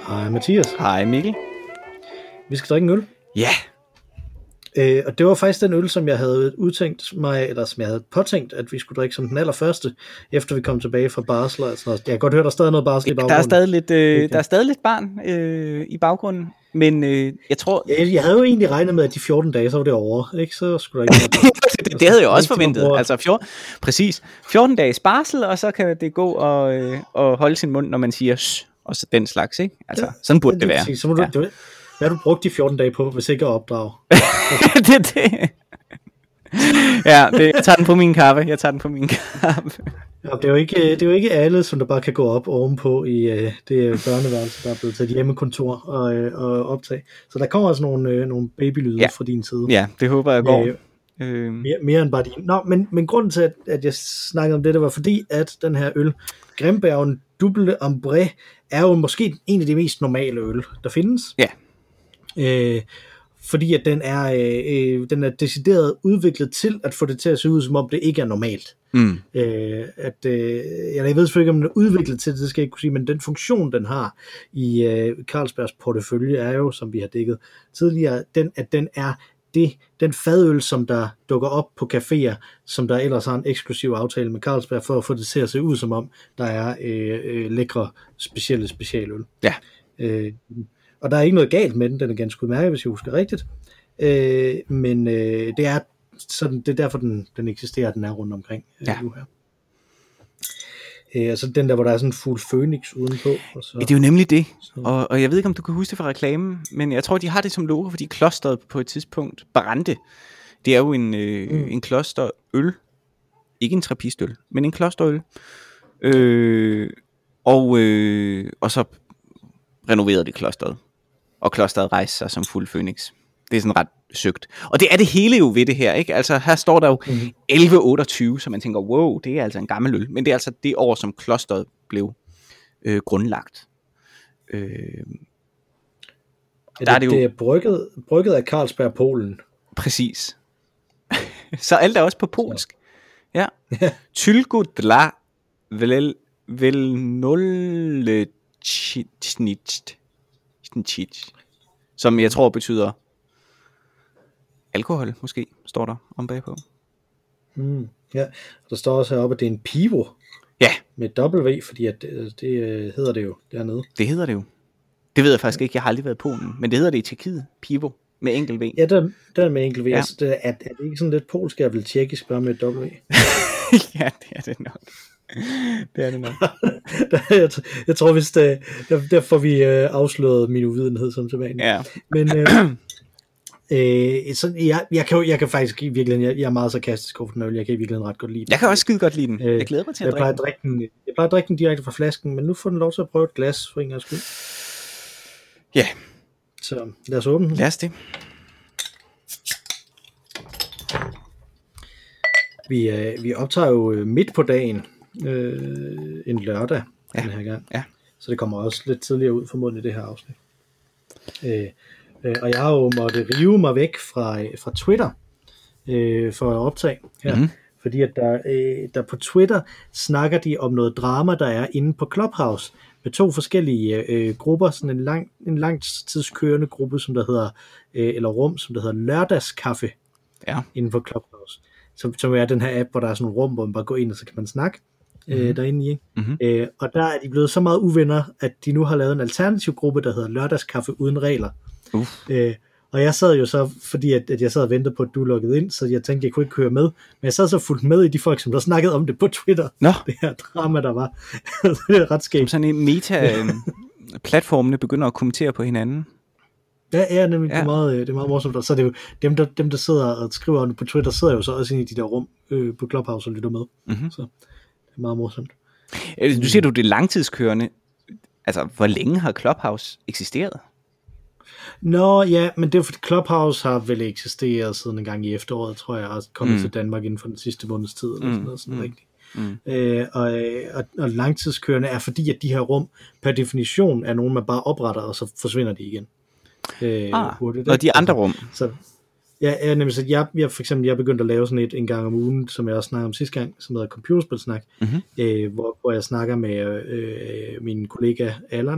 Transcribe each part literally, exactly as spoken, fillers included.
Hej Mathias. Hej Mikkel. Vi skal drikke en øl. Ja. Øh, og det var faktisk den øl, som jeg havde udtænkt mig, eller som jeg havde påtænkt, at vi skulle drikke som den allerførste, efter vi kom tilbage fra barsel. Altså, jeg kan godt høre, der er stadig noget barsel i baggrunden. Der er stadig lidt, øh, der er stadig lidt barn øh, i baggrunden, men øh, jeg tror... Jeg, jeg havde jo egentlig regnet med, at de fjorten dage, så var det over, ikke? Så skulle der ikke noget. det, det havde jeg også forventet. Altså fjorten, præcis. fjorten dages barsel, og så kan det gå og, øh, og holde sin mund, når man siger shh, og så den slags, ikke? Altså, ja, sådan burde det, det være. Så må du, ja. det, hvad har du brugt de fjorten dage på, hvis ikke at opdrage? det er det. Ja, det, jeg tager den på min kaffe. Jeg tager den på min kaffe. Ja, det, er jo ikke, det er jo ikke alle, som der bare kan gå op ovenpå i uh, det børneværelse, der er blevet til et hjemmekontor og, uh, og optage. Så der kommer altså nogle, uh, nogle babylyde ja. fra din side. Ja, det håber jeg går. Øh, øh. Mere, mere end bare din. Nå, men, men grunden til, at, at jeg snakkede om det, det var fordi, at den her øl, Grimbergen Double Ambré, er jo måske en af de mest normale øl, der findes. Ja. Øh, fordi at den er, øh, den er decideret udviklet til at få det til at se ud, som om det ikke er normalt. Mm. Øh, at, øh, jeg ved selvfølgelig ikke, om den er udviklet til det, det skal jeg ikke kunne sige, men den funktion, den har i øh, Carlsbergs portefølje, er jo, som vi har dækket tidligere, den, at den er det, den fadøl, som der dukker op på caféer, som der ellers har en eksklusiv aftale med Carlsberg, for at få det til at se ud, som om der er øh, øh, lækre, specielle specialøl. Ja. Øh, og der er ikke noget galt med den, den er ganske udmærket, hvis jeg husker rigtigt. Øh, men øh, det er sådan, det er derfor, den, den eksisterer, den er rundt omkring øh, ja. nu her. Øh, altså den der, hvor der er sådan en fuld Phoenix udenpå. Og så, det er jo nemlig det, og, og jeg ved ikke, om du kan huske det fra reklamen, men jeg tror, de har det som logo, fordi klosteret på et tidspunkt brændte. Det er jo en, øh, mm. en klosterøl, ikke en trappistøl, men en klosterøl. Øh, og, øh, og så renoverede de klosteret, og klosteret rejste sig som fuld Phoenix. Det er sådan ret søgt. Og det er det hele jo ved det her, ikke? Altså her står der jo mm-hmm. elleve otteogtyve, så man tænker, wow, det er altså en gammel øl. Men det er altså det år, som klosteret blev øh, grundlagt. Øh, ja, der det, er det, jo... det er brygget, brygget af Carlsberg Polen. Præcis. Så alt er også på polsk. Ja. Tylko dla vel velnollecznit, som jeg tror betyder alkohol, måske, står der om bagpå. Mm, ja, der står også heroppe, at det er en pivo. Ja. Med W, fordi at det, det hedder det jo dernede. Det hedder det jo. Det ved jeg faktisk ikke, jeg har aldrig været i Polen, men det hedder det i Tjekkiet, pivo, med enkelt V. Ja, der, der er med enkelt V. Ja. Altså, det er, er det ikke sådan lidt polsk, jeg vil tjekkisk bare med W? Ja, det er det nok. Det er det nok. jeg, jeg tror, hvis det, der, der får vi øh, afsløret min uvidenhed som tilbage. Ja. Men øh, øh, så jeg, jeg, kan, jeg kan faktisk i virkeligheden, jeg, jeg er meget sarkastisk over den øl, jeg kan i virkeligheden ret godt lide den. Jeg kan også skide godt lide den. Jeg glæder mig til at jeg drikke, drikke den. Jeg plejer at drikke den direkte fra flasken, men nu får den lov til at prøve et glas for en gangs skyld. Ja. Så lad os åbne den. Lad os det. Vi, øh, vi optager jo midt på dagen, øh, en lørdag, ja. Den her gang. Ja. Så det kommer også lidt tidligere ud formodentlig det her afsnit. Øh, øh, og jeg har jo måtte rive mig væk fra, fra Twitter øh, for at optage her. Mm-hmm. Fordi at der, øh, der på Twitter snakker de om noget drama, der er inde på Clubhouse, med to forskellige øh, grupper, sådan en lang, en langtidskørende gruppe, som der hedder, øh, eller rum, som der hedder Lørdagskaffe, ja. Inde på Clubhouse. Som, som er den her app, hvor der er sådan en rum, hvor man bare går ind, og så kan man snakke mm-hmm. øh, derinde i. Mm-hmm. Øh, og der er de blevet så meget uvenner, at de nu har lavet en alternativ gruppe, der hedder Lørdagskaffe uden regler. Øh, og jeg sad jo så, fordi at, at jeg sad og ventede på, at du lukkede ind, så jeg tænkte, jeg kunne ikke køre med. Men jeg sad så fuldt med i de folk, som der snakkede om det på Twitter. Nå. Det her drama, der var. Det er ret skægt. Sådan en meta-platformene begynder at kommentere på hinanden. Ja, ja, nemlig, ja. Det, er meget, det er meget morsomt. Så er det jo, dem, der, dem, der sidder og skriver om det på Twitter, sidder jo så også inde i de der rum øh, på Clubhouse og lytter med. Mm-hmm. Så det er meget morsomt. Du siger, du det er langtidskørende. Altså, hvor længe har Clubhouse eksisteret? Nå, ja, men det er fordi Clubhouse har vel eksisteret siden en gang i efteråret, tror jeg, og kommet mm. til Danmark inden for den sidste måneds tid, eller mm. sådan noget, sådan mm. rigtigt. Mm. Øh, og, og, og langtidskørende er fordi, at de her rum per definition er nogen, man bare opretter, og så forsvinder de igen. Øh, ah, hurtigt, og de andre rum. Så, ja, ja, nemlig, så jeg, jeg, for eksempel, jeg begyndte at lave sådan et en gang om ugen, som jeg også snakkede om sidste gang, som hedder Computerspilsnak, mm-hmm. øh, hvor, hvor jeg snakker med øh, min kollega Allan,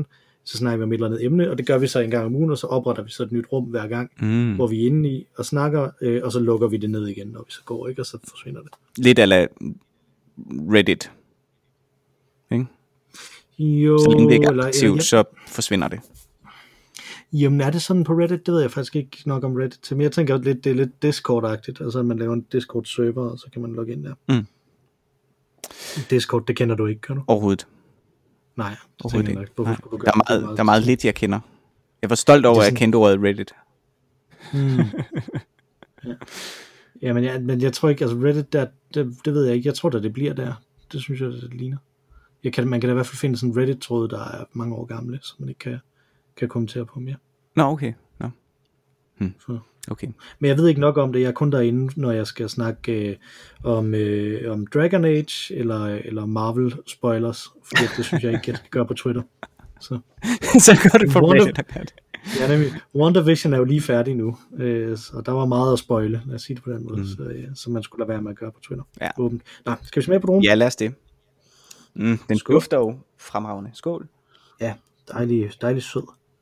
så snakker vi om et eller andet emne, og det gør vi så en gang om ugen, og så opretter vi så et nyt rum hver gang, mm. hvor vi er inde i og snakker, øh, og så lukker vi det ned igen, når vi så går, ikke? Og så forsvinder det. Lidt ala Reddit. Ikke? Jo, så længe det ikke er eller, aktivt, eller, ja. så forsvinder det. Jamen er det sådan på Reddit? Det ved jeg faktisk ikke nok om Reddit til, men jeg tænker lidt, det er lidt Discord-agtigt, altså at man laver en Discord-server, og så kan man logge ind der. Mm. Discord, det kender du ikke, kan du? Overhovedet. Nej, Overhovedet ikke. Nok. Hvorfor Nej. skulle du gøre der, er meget, meget der er meget lidt, jeg kender. Jeg var stolt over, sådan... at jeg kendte ordet Reddit. Mm. ja. ja, men jeg, men jeg tror ikke, altså Reddit, der, det, det ved jeg ikke, jeg tror da det bliver der. Det synes jeg, det ligner. Jeg kan, man kan da i hvert fald finde sådan en Reddit-tråd, der er mange år gamle, som man ikke kan, kan kommentere på mere. Nå, okay. Nå. Hmm. Så. Okay. Men jeg ved ikke nok om det. Jeg er kun derinde, når jeg skal snakke øh, om, øh, om Dragon Age eller, eller Marvel spoilers, fordi det synes jeg ikke, jeg skal gøre på Twitter. Så, så gør det for Wonder... Reddit. Ja, nemlig. WandaVision er jo lige færdig nu, øh, så der var meget at spoile, lad os sige det på den måde, mm. så, ja, så man skulle lade være med at gøre på Twitter. Ja. Åbent. Nå, skal vi smage på dronen? Ja, lad os det. Mm, den Skål. dufter jo fremragende. Skål. Ja, dejlig, dejlig sød.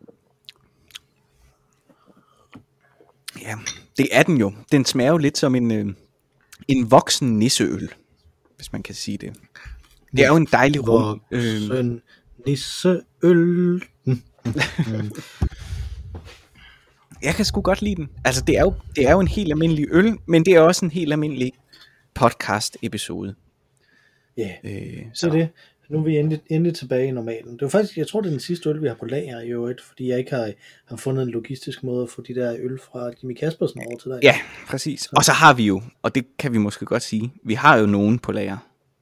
Ja, det er den jo. Den smager jo lidt som en, øh, en voksen nisseøl, hvis man kan sige det. Det er jo en dejlig rum. Voksen øh... nisseøl. Mm. Mm. Jeg kan sgu godt lide den. Altså, det er jo, det er jo en helt almindelig øl, men det er også en helt almindelig podcast-episode. Ja, øh, så det. Nu er vi endelig, endelig tilbage i normalen. Det var faktisk, jeg tror, det er den sidste øl, vi har på lager i øvrigt, fordi jeg ikke har, har fundet en logistisk måde at få de der øl fra Jimmy Kaspersen over til dig. Ja, præcis. Så. Og så har vi jo, og det kan vi måske godt sige, vi har jo nogen på lager.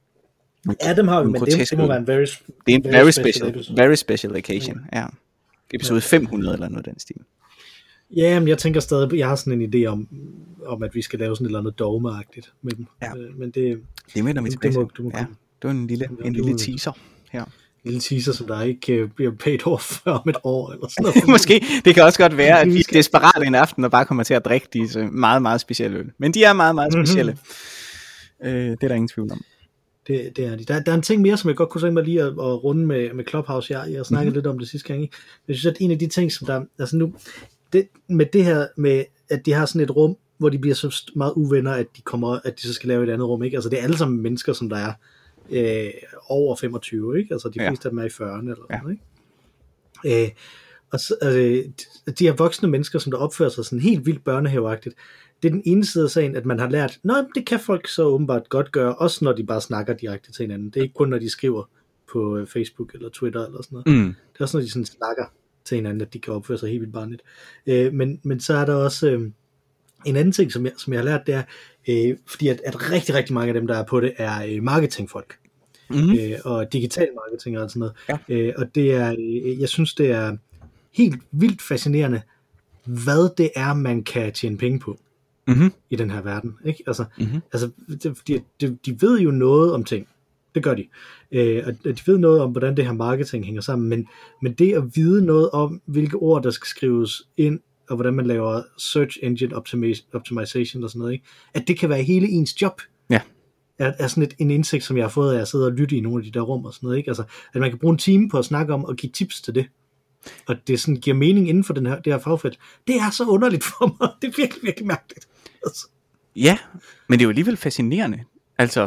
Ja, dem har vi, men det, det må være en very, det er en very, very special, special, very special occasion, ja. ja. Episode ja. fem hundrede eller noget den stil. Ja, men jeg tænker stadig, jeg har sådan en idé om, om at vi skal lave sådan et eller andet dogmeagtigt med dem. Ja. Men det, det mener vi tilbage. Det må, du må ja. Det var en lille, en lille teaser her. En lille teaser, som der ikke uh, bliver paid over før om et år. Eller sådan noget. Måske, det kan også godt være, at vi er desperate en aften og bare kommer til at drikke disse meget, meget specielle øl. Men de er meget, meget specielle. Mm-hmm. Øh, det er der ingen tvivl om. Det, det er de. Der, der er en ting mere, som jeg godt kunne tænke mig lige at, at runde med, med Clubhouse. Jeg, jeg har snakket mm-hmm. lidt om det sidste gang. Ikke? Jeg synes, at en af de ting, som der... Altså nu, det, med det her med, at de har sådan et rum, hvor de bliver så meget uvenner, at de kommer, at de så skal lave et andet rum. Ikke? Altså det er alle sammen mennesker, som der er øh, over femogtyve, ikke? Altså de fleste ja. af dem er i fyrrerne eller ja. Sådan, ikke? Øh, og så, altså, de, de her voksne mennesker, som der opfører sig sådan helt vildt børnehaveagtigt, det er den ene side af sagen, at man har lært, nå, det kan folk så åbenbart godt gøre, også når de bare snakker direkte til hinanden. Det er ikke kun, når de skriver på Facebook eller Twitter eller sådan noget. Mm. Det er også, når de sådan snakker til hinanden, at de kan opføre sig helt vildt barnligt. Øh, men, men så er der også øh, en anden ting, som jeg, som jeg har lært, det er, øh, fordi at, at rigtig, rigtig mange af dem, der er på det, er øh, marketingfolk. Mm-hmm. Øh, og digital marketing og sådan noget. Ja. Øh, og det er, øh, jeg synes, det er helt vildt fascinerende, hvad det er, man kan tjene penge på. Mm-hmm. I den her verden, ikke? Altså, mm-hmm. altså det, de, de, de ved jo noget om ting. Det gør de. Øh, og de ved noget om, hvordan det her marketing hænger sammen, men, men det at vide noget om, hvilke ord, der skal skrives ind, og hvordan man laver search engine optimization og sådan noget, ikke? At det kan være hele ens job, ja. er, er sådan et, en indsigt, som jeg har fået af at sidde og lytte i nogle af de der rum og sådan noget, ikke? Altså, at man kan bruge en time på at snakke om og give tips til det, og det sådan giver mening inden for den her, det her fagfelt. Det er så underligt for mig. Det er virkelig, virkelig mærkeligt. Altså. Ja, men det er jo alligevel fascinerende. Altså,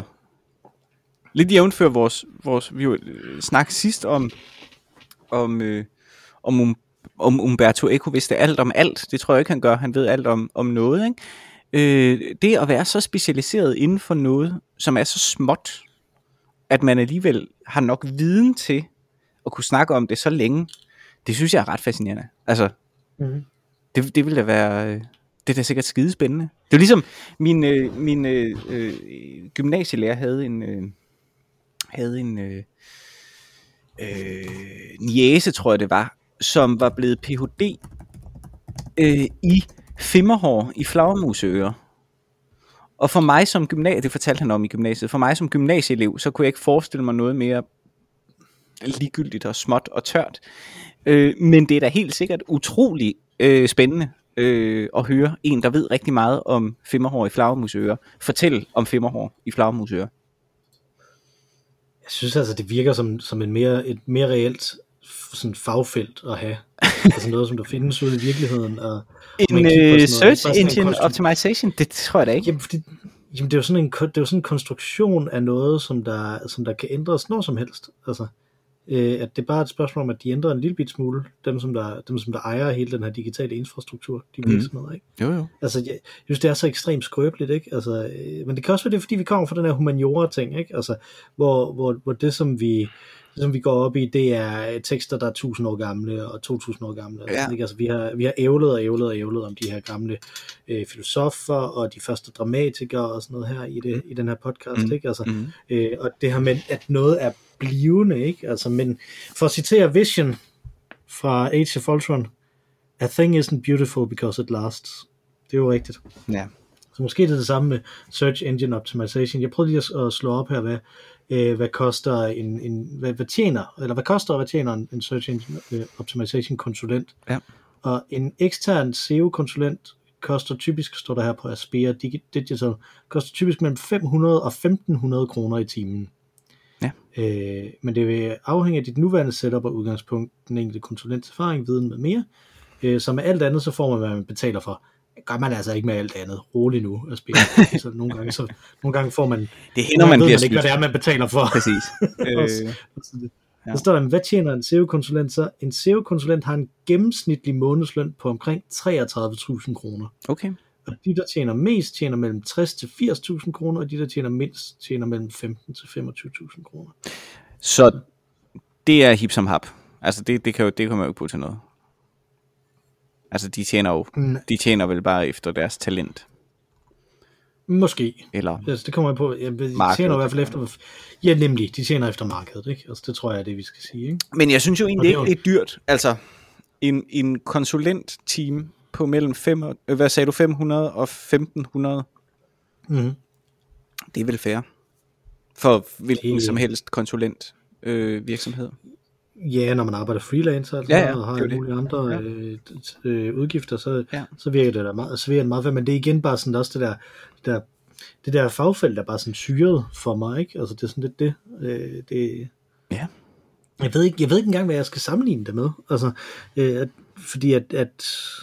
lidt jævnfør vores, vores vi jo snakkede sidst om, om, øh, om, om Umberto Eco vidste alt om alt. Det tror jeg ikke, han gør. Han ved alt om, om noget, ikke? Øh, det at være så specialiseret inden for noget, som er så småt, at man alligevel har nok viden til at kunne snakke om det så længe, det synes jeg er ret fascinerende. Altså, mm-hmm. det, det vil da være, det er da sikkert skidespændende. Det er ligesom, min, øh, min øh, øh, gymnasielærer havde en, øh, havde en øh, øh, niece, tror jeg det var, som var blevet P H D øh, i Fimmerhår i Flagermusøer. Og for mig som gymnasie, det fortalte han om i gymnasiet, for mig som gymnasieelev, så kunne jeg ikke forestille mig noget mere ligegyldigt og småt og tørt. Øh, men det er da helt sikkert utrolig øh, spændende øh, at høre en, der ved rigtig meget om Fimmerhår i Flagermusøer, fortælle om Fimmerhår i Flagermusøer. Jeg synes altså, det virker som, som en mere, et mere reelt sådan fagfelt at have. Altså noget, som der findes ude i virkeligheden. Og en uh, search engine konstru- optimization, det tror jeg da ikke. Jamen, fordi, jamen det er jo sådan en, det er jo sådan en konstruktion af noget, som der, som der kan ændres når som helst. Altså, øh, at det er bare et spørgsmål om, at de ændrer en lille bit smule, dem som der, dem, som der ejer hele den her digitale infrastruktur, de virksomheder, ikke? Jo, jo. Altså, jeg synes, det er så ekstremt skrøbeligt, ikke? Altså, øh, men det kan også være det, fordi vi kommer fra den her humaniora-ting, ikke? Altså, hvor, hvor, hvor det, som vi det, som vi går op i, det er tekster, der er tusind år gamle og to tusind år gamle. Ja. Altså, ikke? Altså, vi har, vi har ævlet og ævlet og ævlet om de her gamle øh, filosofer og de første dramatikere og sådan noget her i, det, i den her podcast, mm. ikke? Altså, mm. øh, og det her med, at noget er blivende, ikke? Altså, men for at citere Vision fra Age of Ultron, a thing isn't beautiful because it lasts. Det er jo rigtigt. Ja. Så måske det er det samme med Search Engine Optimization. Jeg prøvede lige at, at slå op her, hvad, øh, hvad koster en, en hvad, hvad tjener, eller hvad koster og hvad tjener en, en Search Engine Optimization konsulent. Ja. Og en ekstern S E O konsulent koster typisk, står der her på Aspera Digital, koster typisk mellem fem hundrede og femten hundrede kroner i timen. Ja. Øh, men det vil afhænge af dit nuværende setup og udgangspunkt, den enkelte konsulents erfaring, viden med mere. Øh, så med alt andet, så får man, hvad man betaler for. Det gør man altså ikke med alt andet. Rolig nu at spille. Så nogle gange, så, nogle gange får man... Det hænder man bliver man ikke, hvad det er, man betaler for. Præcis. øh, ja. Så står der, hvad tjener en S E O-konsulent så? En S E O-konsulent har en gennemsnitlig månedsløn på omkring treogtredive tusind kroner. Okay. Og de, der tjener mest, tjener mellem tres til firs tusind kroner, og de, der tjener mindst, tjener mellem femten til femogtyve tusind kroner. Så det er hip som hap. Altså det, det kan jo, det kan man jo ikke bruge til noget. Altså de tjener jo, mm. de tjener vel bare efter deres talent. Måske. Eller altså, det kommer jeg på. Ja, de tjener i hvert fald efter. Ja, nemlig. De tjener efter markedet, ikke? Altså det tror jeg er det, vi skal sige, ikke? Men jeg synes jo egentlig ikke, det er dyrt. Altså en, en konsulentteam på mellem fem, hvad sagde du, fem hundrede og femten hundrede. Mm. Det er vel fair. For hvilken det... som helst konsulent øh, virksomhed. Ja, når man arbejder freelancer altså, ja, ja, og har alle mulige andre ja. øh, øh, udgifter, så, ja. så virker det da meget, så virker det meget fair, men det er igen bare sådan også det der, det der, det der fagfelt, der er bare sådan syret for mig, ikke? Altså det er sådan lidt det, øh, det ja. Jeg ved ikke, jeg ved ikke engang, hvad jeg skal sammenligne det med, altså, øh, at, fordi at, at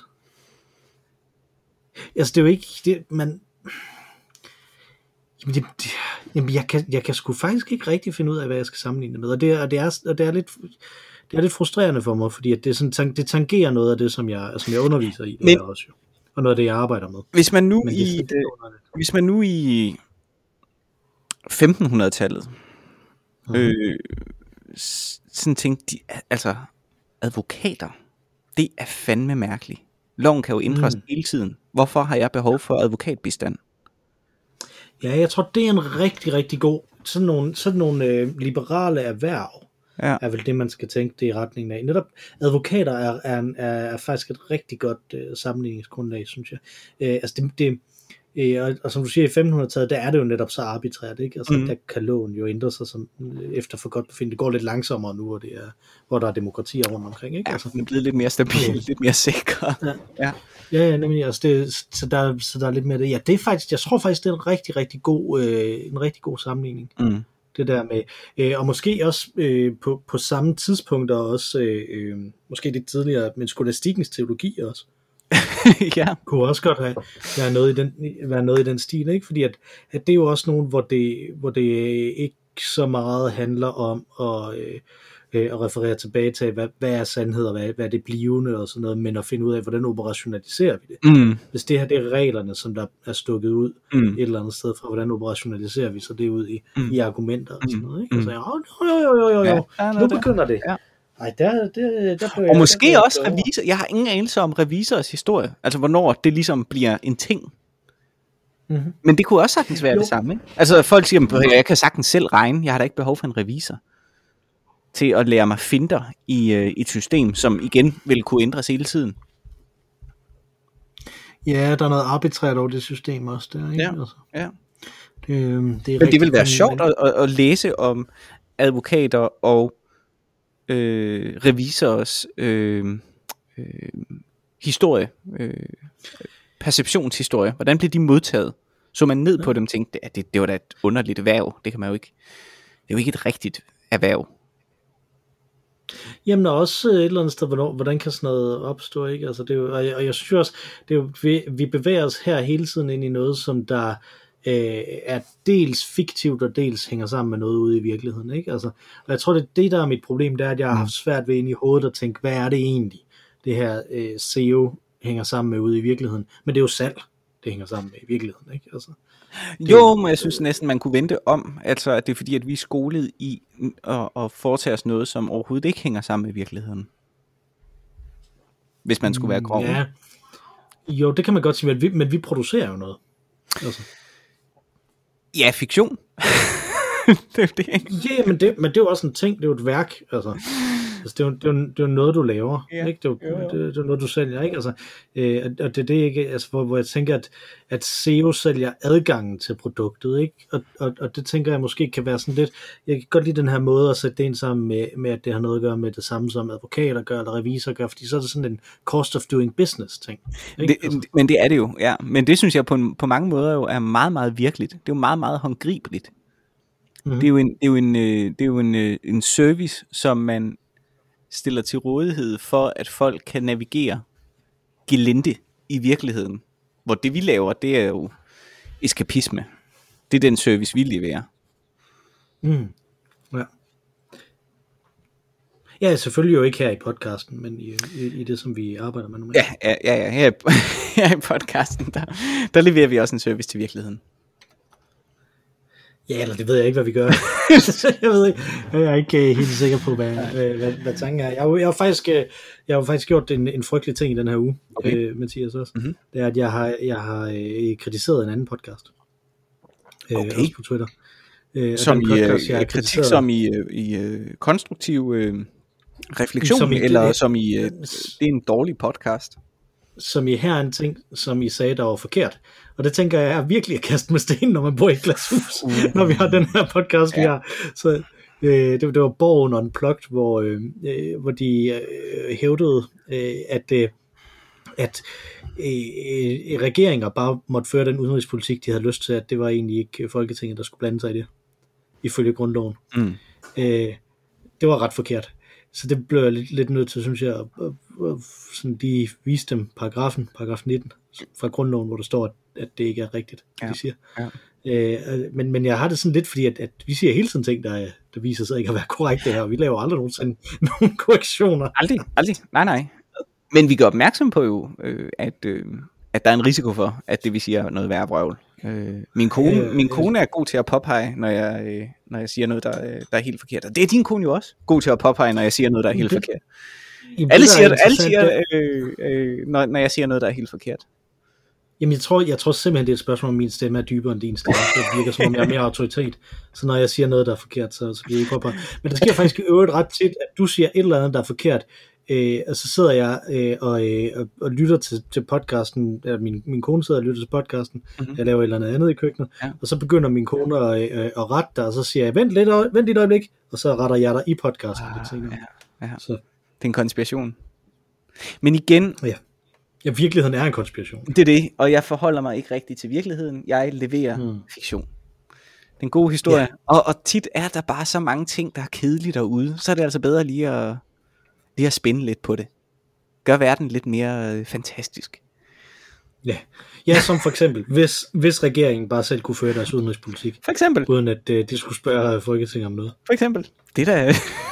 altså det er jo ikke, det, man Jamen, det, det, jamen jeg, kan, jeg kan sgu faktisk ikke rigtig finde ud af, hvad jeg skal sammenligne det med, og det, og det, er, og det, er, lidt, det er lidt frustrerende for mig, fordi at det, er sådan, det tangerer noget af det, som jeg, som jeg underviser i, det Men, også, jo, og noget af det, jeg arbejder med. Hvis man nu, i, det, hvis man nu i femten hundrede-tallet uh-huh. øh, sådan tænkte, de, altså advokater, det er fandme mærkeligt. Loven kan jo ændres mm. hele tiden. Hvorfor har jeg behov for advokatbistand? Ja, jeg tror, det er en rigtig, rigtig god, sådan nogle, sådan nogle øh, liberale erhverv, ja. Er vel det, man skal tænke det i retningen af. Netop advokater er, er, er, er faktisk et rigtig godt øh, sammenligningsgrundlag, synes jeg. Øh, altså det, det øh, og, og som du siger, i femtenhundredetallet, der er det jo netop så arbitrært, ikke? Altså mm. der kan loven jo ændre sig som, efter for godt befindende. Det går lidt langsommere nu, hvor, det er, hvor der er demokratier rundt omkring, ikke? Ja, altså, den er blevet lidt mere stabil, ja. Lidt mere sikker. Ja. Ja. Ja, ja, nemlig, altså det, så, der, så der er lidt mere det. Ja, det er faktisk, jeg tror faktisk, det er en rigtig, rigtig god, øh, en rigtig god sammenligning. Mm. Det der med, øh, og måske også øh, på, på samme tidspunkt, og også øh, måske lidt tidligere, men skolastikkens teologi også. Ja. Kunne også godt have være noget i den, være noget i den stil, ikke? Fordi at, at det er jo også nogen, hvor det, hvor det ikke så meget handler om at, øh, at referere tilbage til, hvad, hvad er sandhed, og hvad, hvad er det blivende og sådan noget, men at finde ud af, hvordan operationaliserer vi det. Mm. Hvis det her det er reglerne, som der er stukket ud mm. et eller andet sted fra, hvordan operationaliserer vi så det ud i, mm. i argumenter og sådan noget, ikke? Mm. Og så jo, jo, jo, jo, jo, jo. Ja, nu begynder det. Ja. Ej, der, der, der og måske der, også revisor. Jeg har ingen anelse om revisors historie. Altså hvornår det ligesom bliver en ting. Mm-hmm. Men det kunne også sagtens være jo. Det samme, ikke? Altså folk siger, jeg kan sagtens selv regne. Jeg har da ikke behov for en revisor til at lære mig finter i uh, et system, som igen vil kunne ændres hele tiden. Ja, der er noget arbitrært over det system også der, ikke? Ja, altså. ja. Det, det er Men det vil være sjovt at, at, at læse om advokater og øh, revisors øh, øh, historie, øh, perceptionshistorie. Hvordan blev de modtaget? Så man ned ja. På dem og tænkte, at det, det var da et underligt erhverv. Det kan man jo ikke. Det er jo ikke et rigtigt erhverv. Jamen, og også et eller andet sted, hvornår, hvordan kan sådan noget opstå, ikke? Altså, det er jo, og, jeg, og jeg synes jo også, det er jo, vi, vi bevæger os her hele tiden ind i noget, som der øh, er dels fiktivt, og dels hænger sammen med noget ude i virkeligheden, ikke? Altså, og jeg tror, det er det, der er mit problem, det er, at jeg har haft svært ved ind i hovedet at tænke, hvad er det egentlig, det her øh, S E O hænger sammen med ude i virkeligheden? Men det er jo salg, det hænger sammen med i virkeligheden, ikke? Altså, jo, men jeg synes næsten, man kunne vente om, altså at det er fordi, at vi er skolet i at, at foretage os noget, som overhovedet ikke hænger sammen med virkeligheden. Hvis man skulle være grov. Ja. Jo, det kan man godt sige, men vi, men vi producerer jo noget. Altså. Ja, fiktion. Det er jo det, ikke? Ja, men det, men det er jo også en ting, det er jo et værk, altså. Altså, det, er jo, det, er jo, det er jo noget, du laver, ja. Ikke? Det, er jo, det, det er noget, du sælger, ikke? Altså, øh, og det er det, ikke? Altså, hvor, hvor jeg tænker, at, at S E O sælger adgangen til produktet, ikke? Og, og, og det tænker jeg måske kan være sådan lidt, jeg kan godt lide den her måde at sætte det ind sammen med, med, at det har noget at gøre med det samme, som advokater gør, eller revisor gør, fordi så er det sådan en cost of doing business ting. Det, altså. Men det er det jo, ja. Men det synes jeg på, på mange måder jo er meget, meget virkeligt. Det er jo meget, meget håndgribeligt. Mm-hmm. Det er jo en, det er jo en, det er jo en, en service, som man stiller til rådighed for, at folk kan navigere gelinde i virkeligheden. Hvor det vi laver, det er jo eskapisme. Det er den service, vi leverer. Mm. Ja. Ja, selvfølgelig jo ikke her i podcasten, men i, i, i det, som vi arbejder med normalt. Ja, ja, ja, ja. Her, her i podcasten, der, der leverer vi også en service til virkeligheden. Ja, eller det ved jeg ikke, hvad vi gør. jeg ved ikke, jeg er ikke helt sikker på, hvad, hvad, hvad, hvad tanken er. Jeg har, jeg har faktisk, jeg har faktisk gjort en, en frygtelig ting i den her uge, okay. øh, Mathias også. Mm-hmm. Det er, at jeg har, jeg har øh, kritiseret en anden podcast. Øh, okay. Også på Twitter. Øh, som i podcast, øh, kritik som i, øh, i øh, konstruktiv øh, refleksion, som i, eller det, som i, øh, det er en dårlig podcast? Som I her er en ting, som I sagde, der var forkert. Og det tænker jeg er virkelig at kaste med sten, når man bor i et glashus, uh. når vi har den her podcast, ja. Vi har. Så øh, det, det var Borgen Unplugged, hvor, øh, hvor de øh, hævdede, øh, at, øh, at øh, regeringer bare måtte føre den udenrigspolitik, de havde lyst til, at det var egentlig ikke Folketinget, der skulle blande sig i det, ifølge grundloven. Mm. Øh, det var ret forkert. Så det blev jeg lidt, lidt nødt til, synes jeg, at, at, at sådan de viste dem paragrafen, paragraf nitten fra grundloven, hvor der står, at, at det ikke er rigtigt, ja. De siger. Ja. Øh, men, men jeg har det sådan lidt, fordi at, at vi siger hele tiden ting, der, der viser sig ikke at være korrekte her, og vi laver aldrig nogensinde nogle korrektioner. Aldrig, aldrig, nej nej. Men vi gør opmærksom på jo, øh, at, øh, at der er en risiko for, at det vi siger er noget værre vrøvl. Øh, min, kone, øh, min kone er god til at påpege, når jeg, øh, når jeg siger noget, der, der er helt forkert. Og det er din kone jo også god til at påpege, når jeg siger noget, der er helt det, forkert. Alle siger, alle siger øh, øh, når, når jeg siger noget, der er helt forkert. Jamen jeg tror, jeg tror simpelthen, det er et spørgsmål, om min stemme er dybere end din stemme. Det virker som om, jeg er mere autoritet. Så når jeg siger noget, der er forkert, så, så bliver jeg ikke påpeget. Men det sker faktisk i øvrigt ret tit, at du siger et eller andet, der er forkert. Øh, og så sidder jeg øh, og, øh, og, og lytter til, til podcasten, eller min, min kone sidder og lytter til podcasten, mm-hmm. Jeg laver et eller andet andet i køkkenet, ja. Og så begynder min kone at, øh, at rette dig, og så siger jeg, vent lidt, vent lidt øjeblik, og så retter jeg dig i podcasten. Ah, ja, ja. Så. Det er en konspiration. Men igen... Ja. Ja, virkeligheden er en konspiration. Det er det, og jeg forholder mig ikke rigtigt til virkeligheden, jeg leverer mm. fiktion. Det er en god historie, ja. og, og tit er der bare så mange ting, der er kedelige derude, så er det altså bedre lige at... lige at spænde lidt på det. Gør verden lidt mere øh, fantastisk. Ja. Ja, som for eksempel, hvis, hvis regeringen bare selv kunne føre deres udenrigspolitik. For eksempel. Uden at øh, de skulle spørge Folketinget om noget. For eksempel. Det der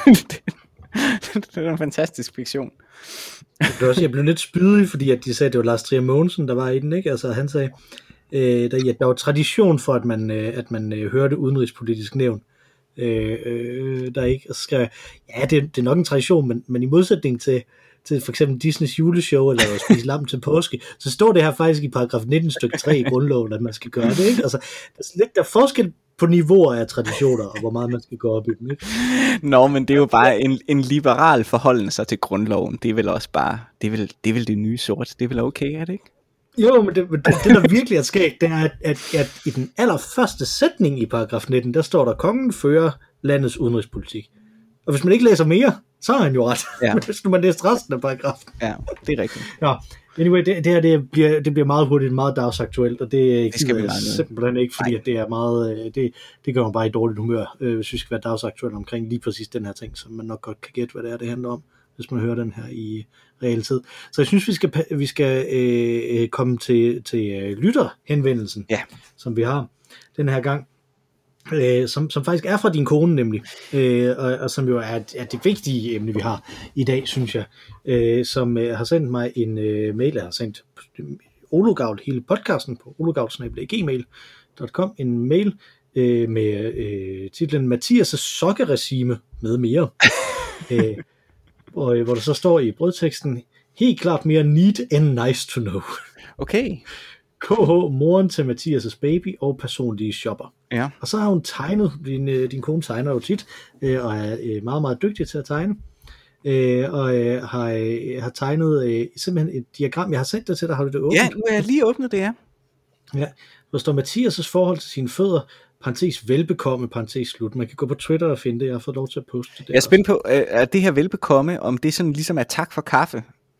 det er en fantastisk fiktion. Jeg blev, også, jeg blev lidt spydig, fordi at de sagde, at det var Lars Trier Mogensen, der var i den, ikke? Altså han sagde, øh, der, ja, der var tradition for, at man, øh, at man øh, hørte udenrigspolitisk nævn. Øh, øh, der ikke, og så skal jeg, ja, det, det er nok en tradition, men, men i modsætning til, til for eksempel Disneys juleshow, eller at spise lam til påske, så står det her faktisk i paragraf nitten stykke tre i grundloven, at man skal gøre det, ikke? Altså, der er lidt der er forskel på niveauer af traditioner, og hvor meget man skal gå op i dem, ikke? Nå, men det er jo bare en, en liberal forholdning sig til grundloven, det er vel også bare, det er vel det, er vel det nye sort, det er vel okay, er det ikke? Jo, men det, det, det der virkelig er sket, det er, at, at, at i den allerførste sætning i paragraf nitten, der står der, kongen fører landets udenrigspolitik. Og hvis man ikke læser mere, så har han jo ret. Ja. Hvis nu man læser resten af paragrafen. Ja, det er rigtigt. Ja, Anyway, det, det her det bliver, det bliver meget hurtigt meget dagsaktuelt, og det, det skal vi simpelthen ikke, fordi at det er meget, det, det gør mig bare i dårligt humør, øh, hvis vi skal være dagsaktuelle omkring lige præcis den her ting, som man nok godt kan gætte, hvad det er, det handler om, hvis man hører den her i realtid. Så jeg synes, vi skal, vi skal øh, komme til, til øh, lytterhenvendelsen, ja. Som vi har den her gang. Øh, som, som faktisk er fra din kone nemlig, øh, og, og som jo er, er det vigtige emne vi har i dag, synes jeg, øh, som øh, har sendt mig en øh, mail, jeg har sendt Ologavl, hele podcasten på ologavl snabel-a gmail punktum com, en mail øh, med øh, titlen Mathias' sokkeregime med mere, øh, og, øh, hvor der så står i brødteksten, helt klart mere neat and nice to know. Okay. K H, moren til Mathias' baby og personlige shopper. Ja. Og så har hun tegnet, din, din kone tegner jo tit, øh, og er øh, meget, meget dygtig til at tegne, øh, og øh, har, øh, har tegnet øh, simpelthen et diagram. Jeg har sendt det til dig, har du det åbnet? Ja, nu er jeg lige åbnet det, ja. Ja, hvor står Mathias' forhold til sine fødder, parentes velbekomme, parentes slut. Man kan gå på Twitter og finde det, jeg har fået lov til at poste det. Jeg er spændt på, er det her velbekomme, om det sådan ligesom er tak for kaffe?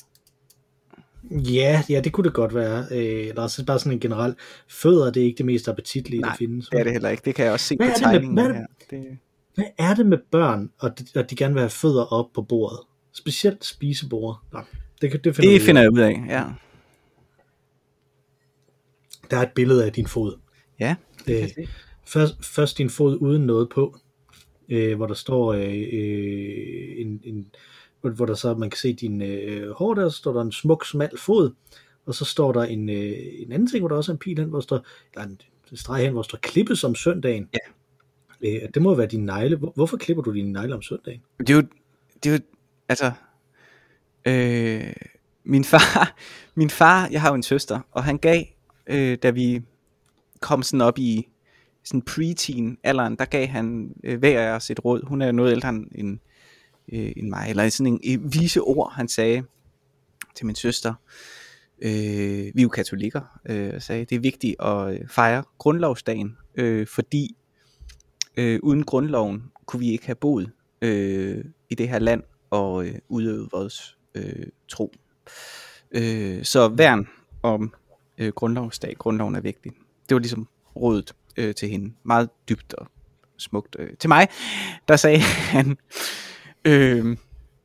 Ja, ja, det kunne det godt være. Øh, eller også bare sådan en generel fødder, det er ikke det mest appetitlige, Nej, der findes. det er det heller ikke. Det kan jeg også se hvad på tegningen hvad, her. Det... Hvad er det med børn, og de, at de gerne vil have fødder op på bordet? Specielt spisebord. Nå, det, det, finder, det finder jeg ud af, ja. Der er et billede af din fod. Ja, det kan øh, først, først din fod uden noget på, øh, hvor der står øh, en... en hvor der så man kan se din øh, hår der, så står der en smuk, smal fod, og så står der en, øh, en anden ting, hvor der også er en pil hen, hvor der står, eller en, en streg hen, hvor der står klippes om søndagen. Ja. Øh, det må jo være din negle. Hvorfor klipper du dine negle om søndagen? Det er jo, det er jo altså, øh, min far, min far, jeg har jo en søster, og han gav, øh, da vi kom sådan op i sådan preteen alderen, der gav han øh, hver af os et råd. Hun er noget ældre end Øh, end mig, eller sådan en, en vise ord, han sagde til min søster. Øh, vi er jo katolikker, øh, og sagde, det er vigtigt at fejre grundlovsdagen, øh, fordi øh, uden grundloven kunne vi ikke have boet øh, i det her land og øh, udøvet vores øh, tro. Øh, så værn om øh, grundlovsdag, grundloven er vigtig. Det var ligesom rådet øh, til hende, meget dybt og smukt. Øh. Til mig, der sagde han, Øh,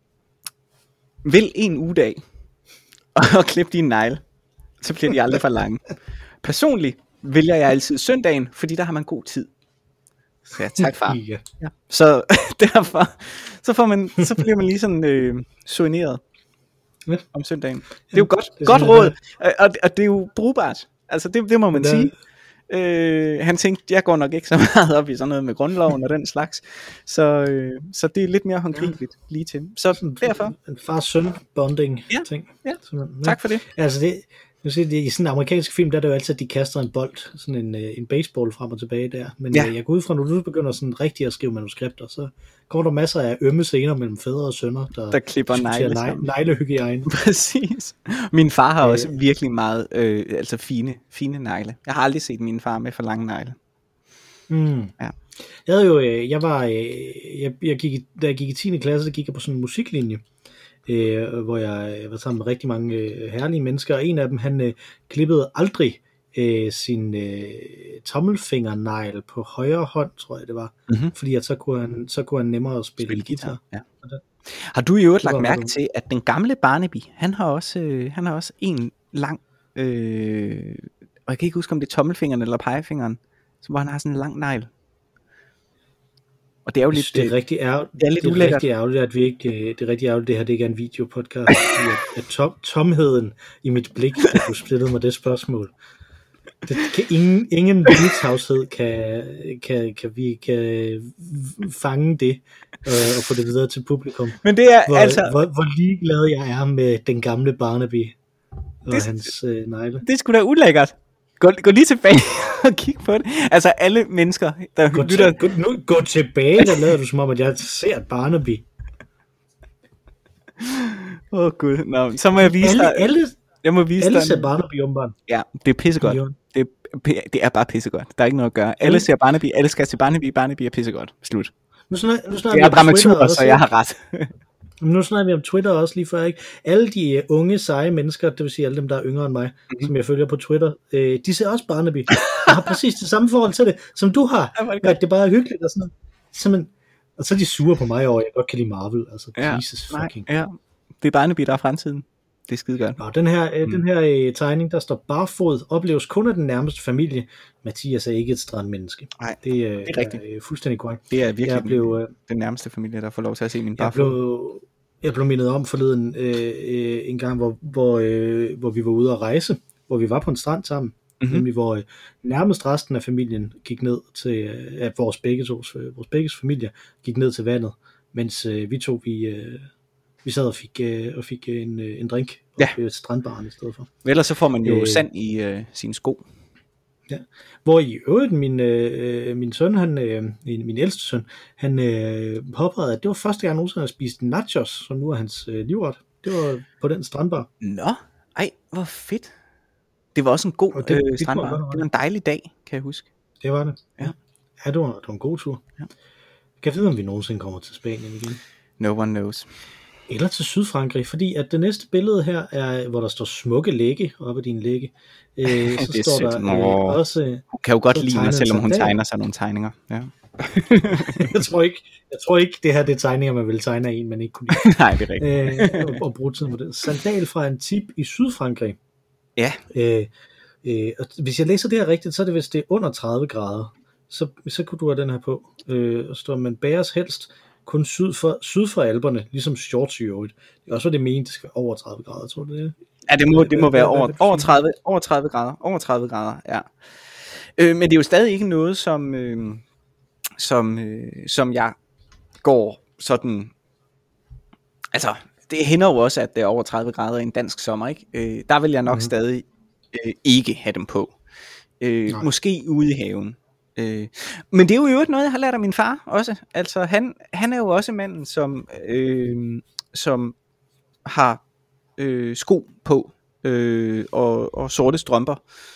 vil en ugedag og klip dine negle, så bliver de aldrig for lange. Personligt vælger jeg altid søndagen, fordi der har man god tid. Så ja, tak far. Ja. Ja. Så derfor så, får man, så bliver man lige sådan øh, soigneret ja. om søndagen. Det er jo godt, det er godt råd, og, og det er jo brugbart. Altså det, det må man sige. Øh, han tænkte, jeg går nok ikke så meget op i sådan noget med grundloven og den slags, så, øh, så det er lidt mere håndgribeligt ja. lige til. Så derfor en far-søn bonding ja. ting. Ja. Så, ja. Tak for det. Altså det, du siger, det, i sådan en amerikansk film, der er det jo altid, at de kaster en bold, sådan en, en baseball frem og tilbage der. Men ja. jeg går ud fra, når du begynder sådan rigtig at skrive manuskripter, så kommer der masser af ømme scener mellem fædre og sønner, der, der klipper negle neglehygiejne. Præcis. Min far har også øh, virkelig meget øh, altså fine, fine negle. Jeg har aldrig set min far med for lange negle. Mm. Ja. Jeg havde jo, jeg var, jeg, jeg gik, da jeg gik i tiende klasse, så gik jeg på sådan en musiklinje, øh, hvor jeg var sammen med rigtig mange øh, herlige mennesker, og en af dem, han øh, klippede aldrig øh, sin øh, tommelfingernegl på højre hånd, tror jeg det var, mm-hmm. fordi at så kunne han, så kunne han nemmere spille, spille guitar. Ja. Har du i øvrigt lagt mærke til, at den gamle Barnaby, han har også, øh, han har også en lang, øh, og jeg kan ikke huske, om det er tommelfingeren eller pegefingeren, så hvor han har sådan en lang negl. Og det er jo lidt, det er rigtig ærgerligt, det er lidt det er rigtig ærgerligt, at vi ikke, det er rigtig ærgerligt, det her det ikke er en videopodcast, fordi at, at tom, tomheden i mit blik, der kunne splitte mig det spørgsmål. Det kan ingen, ingen vildtavshed kan, kan, kan vi kan fange det øh, og få det videre til publikum. Men det er hvor, altså hvor, hvor ligeglad jeg er med den gamle Barnaby og det, hans øh, negle. Det er sgu da ulækkert. Gå, gå lige tilbage og kig på det. Altså alle mennesker, der gå lytter... Til, gå, nu, gå tilbage, der lader du som om, at jeg ser Barnaby. Åh oh, gud, nå, så må jeg vise alle, dig... Alle, jeg må vise alle dig... ser Barnaby åbenbart. Ja, det er pissegodt. Det er, det er bare pissegodt. Der er ikke noget at gøre. Alle ser Barnaby, alle skal til Barnaby, Barnaby er pissegodt. Slut. Nu snart, nu snart det er dramatur, så jeg har ret. Men nu snakker vi om Twitter også lige før, ikke? Alle de uh, unge, seje mennesker, det vil sige alle dem, der er yngre end mig, mm-hmm. som jeg følger på Twitter, øh, de ser også Barnaby. Jeg har præcis det samme forhold til det, som du har. At det bare er hyggeligt og sådan noget. Simpelthen. Og så er de sure på mig over, at jeg godt kan lide Marvel. Altså, ja, Jesus fucking. Nej, ja. Det er Barnaby, der er fremtiden. Det er skide godt. Og den her, øh, mm. den her øh, tegning, der står barfod, opleves kun af den nærmeste familie. Mathias er ikke et strandmenneske. Nej, det, øh, det er rigtigt. Er, øh, fuldstændig korrekt. Det er virkelig jeg blev, øh, den nærmeste familie, der får lov til at se min barfod. Jeg blev, jeg blev mindet om forleden øh, øh, en gang, hvor, hvor, øh, hvor vi var ude at rejse, hvor vi var på en strand sammen. Mm-hmm. Nemlig hvor øh, nærmest resten af familien gik ned til, øh, at vores begge tos, øh, vores begges familie gik ned til vandet, mens øh, vi to, vi, øh, vi sad og fik, øh, og fik en, øh, en drink ja. op ved strandbaren i stedet for. Ellers så får man jo øh, sand i øh, sine sko. Ja. Hvor i øvrigt min, øh, min søn, han, øh, min ældste søn, han øh, påpegede, at det var første gang, han nogensinde havde spist nachos, som nu er hans øh, livret. Det var på den strandbar. Nå, ej, hvor fedt. Det var også en god det, øh, strandbar. Det var en dejlig dag, kan jeg huske. Det var det. Ja, ja det, var, det var en god tur. Ja. Kan jeg vide, om vi nogensinde kommer til Spanien igen? No one knows. Eller til Sydfrankrig, fordi at det næste billede her er, hvor der står smukke lægge oppe i din lægge. Øh, så det står sødt. der øh, også... Hun kan jo godt lide mig, selvom hun tegner sig nogle tegninger. Ja. jeg, tror ikke, jeg tror ikke, det her det er tegninger, man vil tegne af en, man ikke kunne lide. Nej, det er rigtigt. øh, og, og bruge tiden på det. Sandal fra Antibes i Sydfrankrig. Ja. Øh, øh, og hvis jeg læser det her rigtigt, så er det, hvis det er under tredive grader, så, så kunne du have den her på. Øh, og står, man bæres helst kun syd for, syd for Alperne, ligesom shorts i øvrigt. Det er også, hvad det mener, det skal være over tredive grader, tror du det? Ja, det må, det må være over, over, tredive, over tredive grader. Over tredive grader, ja. Øh, men det er jo stadig ikke noget, som, øh, som, øh, som jeg går sådan... Altså, det hænder jo også, at det er over tredive grader i en dansk sommer, ikke? Øh, der vil jeg nok mm-hmm. stadig øh, ikke have dem på. Øh, måske ude i haven. Øh, men det er jo i øvrigt noget, jeg har lært af min far også. Altså, han, han er jo også manden, som, øh, som har øh, sko på øh, og, og sorte strømper.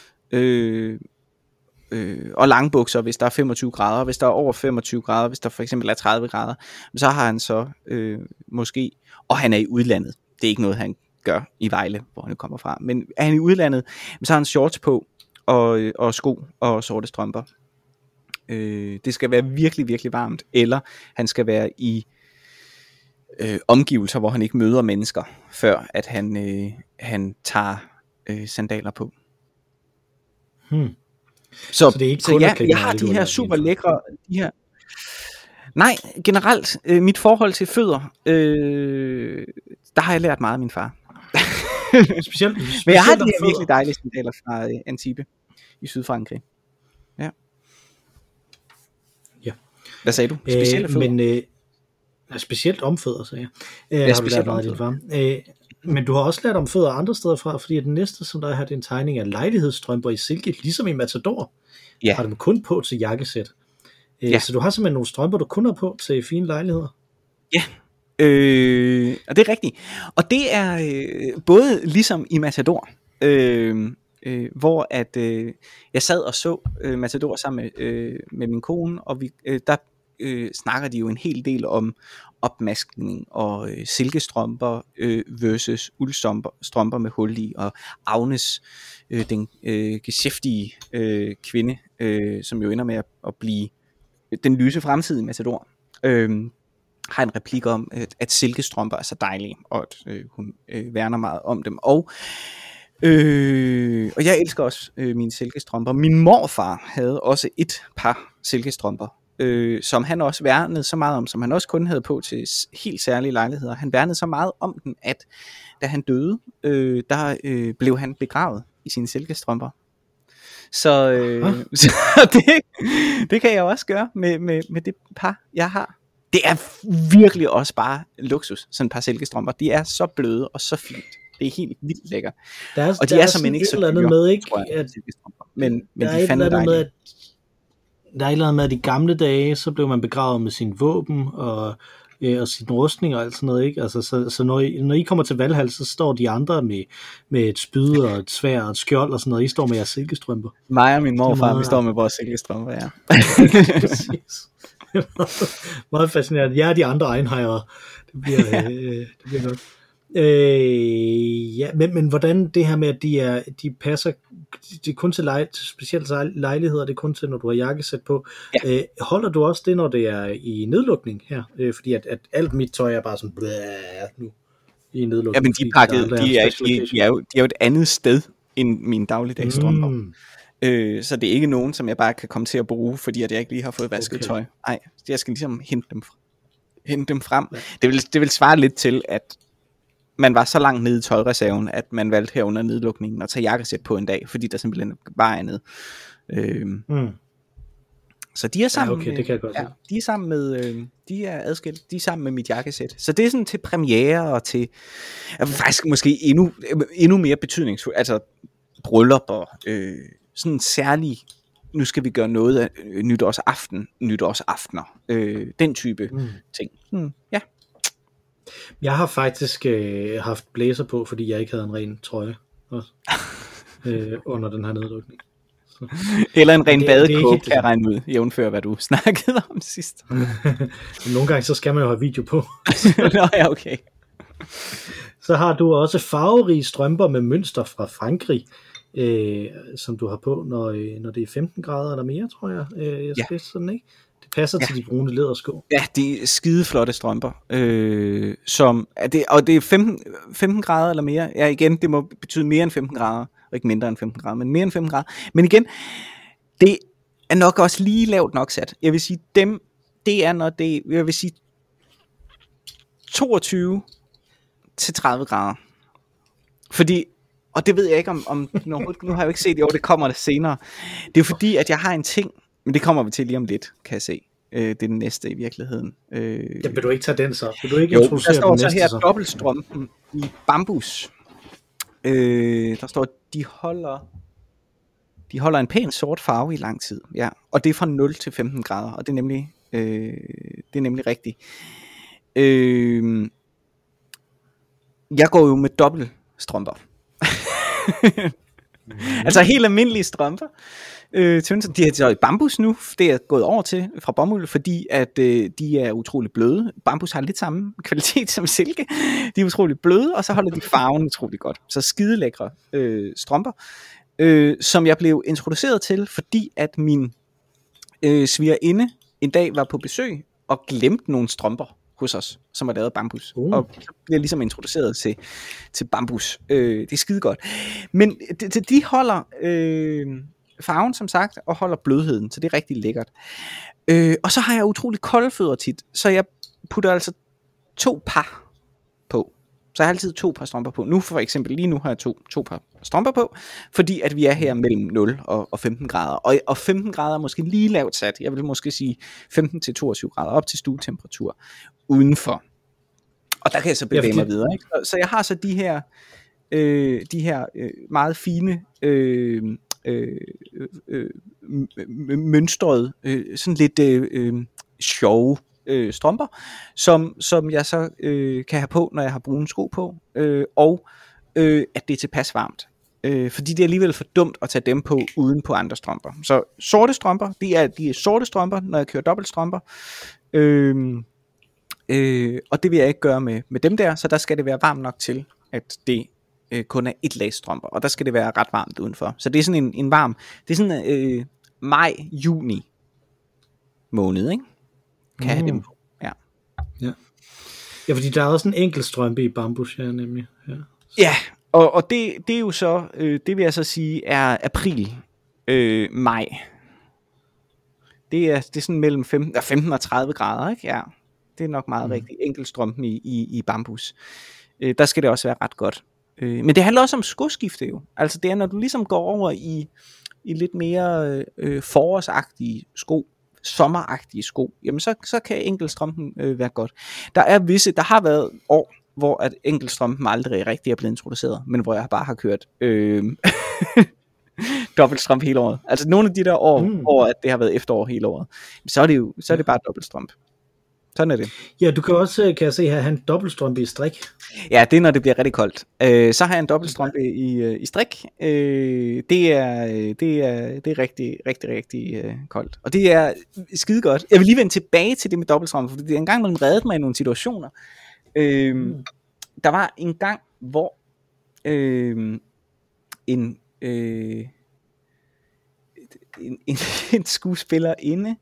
Øh, øh, og langbukser, hvis der er femogtyve grader. Hvis der er over femogtyve grader, hvis der for eksempel er tredive grader, så har han så øh, måske... Og han er i udlandet. Det er ikke noget, han gør i Vejle, hvor han kommer fra. Men er han i udlandet, så har han shorts på og, og sko og sorte strømper. Øh, det skal være virkelig, virkelig varmt. Eller han skal være i øh, omgivelser, hvor han ikke møder mennesker, før at han, øh, han tager øh, sandaler på. Hmm. Så, så, det er ikke så ja, jeg har de her super lækre... De her, nej, generelt, øh, mit forhold til fødder, øh, der har jeg lært meget af min far. specielt, specielt Men jeg har de her virkelig dejlige sandaler fra øh, Antibes i Sydfrankrig. Ja. Ja. Hvad sagde du? Specielle øh, fødder? Men, øh, specielt om fødder, sagde jeg. Øh, ja, har specielt du lært meget af din far. Øh, men du har også lært om fødder andre steder fra, fordi den næste, som der er her, det er en tegning af lejlighedsstrømper i silke, ligesom i Matador. Ja. Har dem kun på til jakkesæt. Ja. Så du har simpelthen nogle strømper, du kun har på til fine lejligheder? Ja, øh, og det er rigtigt. Og det er øh, både ligesom i Matador, øh, øh, hvor at øh, jeg sad og så øh, Matador sammen med, øh, med min kone, og vi, øh, der øh, snakker de jo en hel del om opmaskning og øh, silkestrømper øh, versus uldstrømper strømper med hul i, og Agnes, øh, den øh, geschæftige øh, kvinde, øh, som jo ender med at, at blive den lyse fremtid i Matador, øh, har en replik om, at, at silkestrømper er så dejlige, og at øh, hun øh, værner meget om dem. Og, øh, og jeg elsker også øh, mine silkestrømper. Min morfar havde også et par silkestrømper, øh, som han også værnede så meget om, som han også kun havde på til helt særlige lejligheder. Han værnede så meget om den, at da han døde, øh, der øh, blev han begravet i sine silkestrømper. Så, øh, så det, det kan jeg også gøre med, med, med det par, jeg har. Det er virkelig også bare luksus, sådan et par silkestrømper. De er så bløde og så fint. Det er helt vildt lækkert. Der er, og de der er, er simpelthen ikke så dyre, med, ikke? tror jeg, at, men, men der de er fandme dejlige. Med, at, der er et eller andet med, at i gamle dage, så blev man begravet med sin våben og, øh, og sin rustning og alt sådan noget, ikke? Altså, så, så når, I, når I kommer til Valhall, så står de andre med, med et spyd og et sværd og et skjold og sådan noget. I står med jeres silkestrømper. Mig og min morfar, meget... vi står med vores silkestrømper, ja. Præcis. Meget fascinerende. Jeg er de andre egenhejere. Det bliver, øh, det bliver godt. Øh, ja, men, men hvordan det her med, at de, er, de passer, det er kun til, lej, til specielt lejligheder, det er kun til, når du har jakkesæt på. Ja. Øh, holder du også det, når det er i nedlukning her? Øh, fordi at, at alt mit tøj er bare sådan, blæh, nu i nedlukning. Ja, men de, pakket, de, er, de, de, er jo, de er jo et andet sted end mine dagligdags strømper. Mm. Øh, så det er ikke nogen, som jeg bare kan komme til at bruge, fordi at jeg ikke lige har fået vasket okay. tøj. Nej, jeg skal ligesom hente dem, hente dem frem. Ja. Det, vil, det vil svare lidt til, at man var så langt nede i tøjreserven, at man valgte her under nedlukningen at tage jakkesæt på en dag, fordi der simpelthen var andet. Øh, mm. Så de er sammen, ja, okay, det kan jeg godt ja, de er sammen med, øh, de er adskilt, de er sammen med mit jakkesæt. Så det er sådan til premiere og til, øh, faktisk måske endnu, endnu mere betydningsfuldt, altså bryllupper, øh, sådan særlig, nu skal vi gøre noget af øh, nytårsaften, nytårsaftener, øh, den type mm. ting. Mm, ja. Jeg har faktisk øh, haft blæser på, fordi jeg ikke havde en ren trøje også, øh, under den her nedlukning. Så. Eller en ren badekåbe, kan jeg regne ud, jævnfør hvad du snakkede om sidst. Nogle gange så skal man jo have video på. Nå ja, okay. Så har du også farverige strømper med mønster fra Frankrig, øh, som du har på, når, når det er femten grader eller mere, tror jeg. Øh, jeg skal ja. Sådan, ikke? Det passer ja. Til de brune lædersko. Ja, de er skide flotte strømper. Øh, som, er det, og det er femten, femten grader eller mere. Ja, igen, det må betyde mere end femten grader. Og ikke mindre end femten grader, men mere end femten grader. Men igen, det er nok også lige lavt nok sat. Jeg vil sige, dem, det er når det, jeg vil sige, toogtyve til tredive grader. Fordi, og det ved jeg ikke om, om nu, nu har jeg jo ikke set, jo det kommer det senere. Det er fordi, at jeg har en ting, men det kommer vi til lige om lidt, kan jeg se. Øh, det er den næste i virkeligheden. Øh, ja, vil du ikke tage den så? Vil du ikke jo, introducere der står den så næste her så? Dobbeltstrømpen i bambus. Øh, der står, de holder, de holder en pæn sort farve i lang tid. Ja, og det er fra nul til femten grader, og det er nemlig, øh, det er nemlig rigtigt. Øh, jeg går jo med dobbeltstrømper. mm. Altså helt almindelige strømper. Øh, de er så i bambus nu, det er gået over til fra bomuld, fordi at øh, de er utrolig bløde. Bambus har lidt samme kvalitet som silke. De er utrolig bløde, og så holder de farven utrolig godt. Så skide lækre øh, strømper, øh, som jeg blev introduceret til, fordi at min øh, svigerinde en dag var på besøg og glemte nogle strømper hos os, som var lavet af bambus. Uh. Og så bliver jeg ligesom introduceret til, til bambus. Øh, det er skide godt. Men de, de holder øh, farven, som sagt, og holder blødheden, så det er rigtig lækkert. Øh, og så har jeg utrolig kolde fødder tit, så jeg putter altså to par på. Så jeg har altid to par strømper på. Nu for eksempel, lige nu har jeg to, to par strømper på, fordi at vi er her mellem nul og, og femten grader. Og, og femten grader er måske lige lavt sat. Jeg vil måske sige femten til toogtyve grader op til stuetemperatur udenfor. Og der kan jeg så bevæge ja, mig videre. Ikke? Så, så jeg har så de her, øh, de her øh, meget fine øh, øh, øh, mønstrede, øh, sådan lidt øh, øh, sjove øh, strømper, som, som jeg så øh, kan have på, når jeg har brune sko på, øh, og øh, at det er tilpas varmt. Øh, fordi det er alligevel for dumt at tage dem på uden på andre strømper. Så sorte strømper, de er, de er sorte strømper, når jeg kører dobbeltstrømper. Øh, øh, og det vil jeg ikke gøre med, med dem der, så der skal det være varmt nok til, at det øh, kun er et lag strømper, og der skal det være ret varmt udenfor. Så det er sådan en, en varm, det er sådan øh, maj-juni måned, ikke? Kan mm. have dem på. Ja. Ja. Ja, fordi der er også en enkelt strømpe i bambus her, nemlig. Ja, ja og, og det, det er jo så, øh, det vil jeg så sige, er april, øh, maj. Det er, det er sådan mellem femten, femten og tredive grader, ikke? Ja, det er nok meget mm. rigtigt. Enkeltstrømpen i, i, i bambus. Øh, der skal det også være ret godt. Øh, men det handler også om skoskifte jo. Altså det er, når du ligesom går over i, i lidt mere øh, forårsagtige sko, sommeragtige sko, jamen så, så kan enkeltstrømpen øh, være godt. Der er visse, der har været år, hvor at enkeltstrømpen aldrig rigtig er blevet introduceret, men hvor jeg bare har kørt øh, dobbeltstrømpe hele året. Altså nogle af de der år, mm. hvor at det har været efterår hele året, så er det jo så er det bare dobbeltstrømpe. Sådan er det. Ja, du kan også, kan jeg se her, have en dobbeltstrømpe i strik. Ja, det er, når det bliver rigtig koldt. Øh, så har jeg en dobbeltstrømpe i, i strik. Øh, det, er, det, er, det er rigtig, rigtig, rigtig øh, koldt. Og det er skide godt. Jeg vil lige vende tilbage til det med dobbeltstrømpe, for det er en gang, man reddede mig i nogle situationer. Øh, mm. Der var en gang, hvor øh, en, øh, en, en, en skuespillerinde,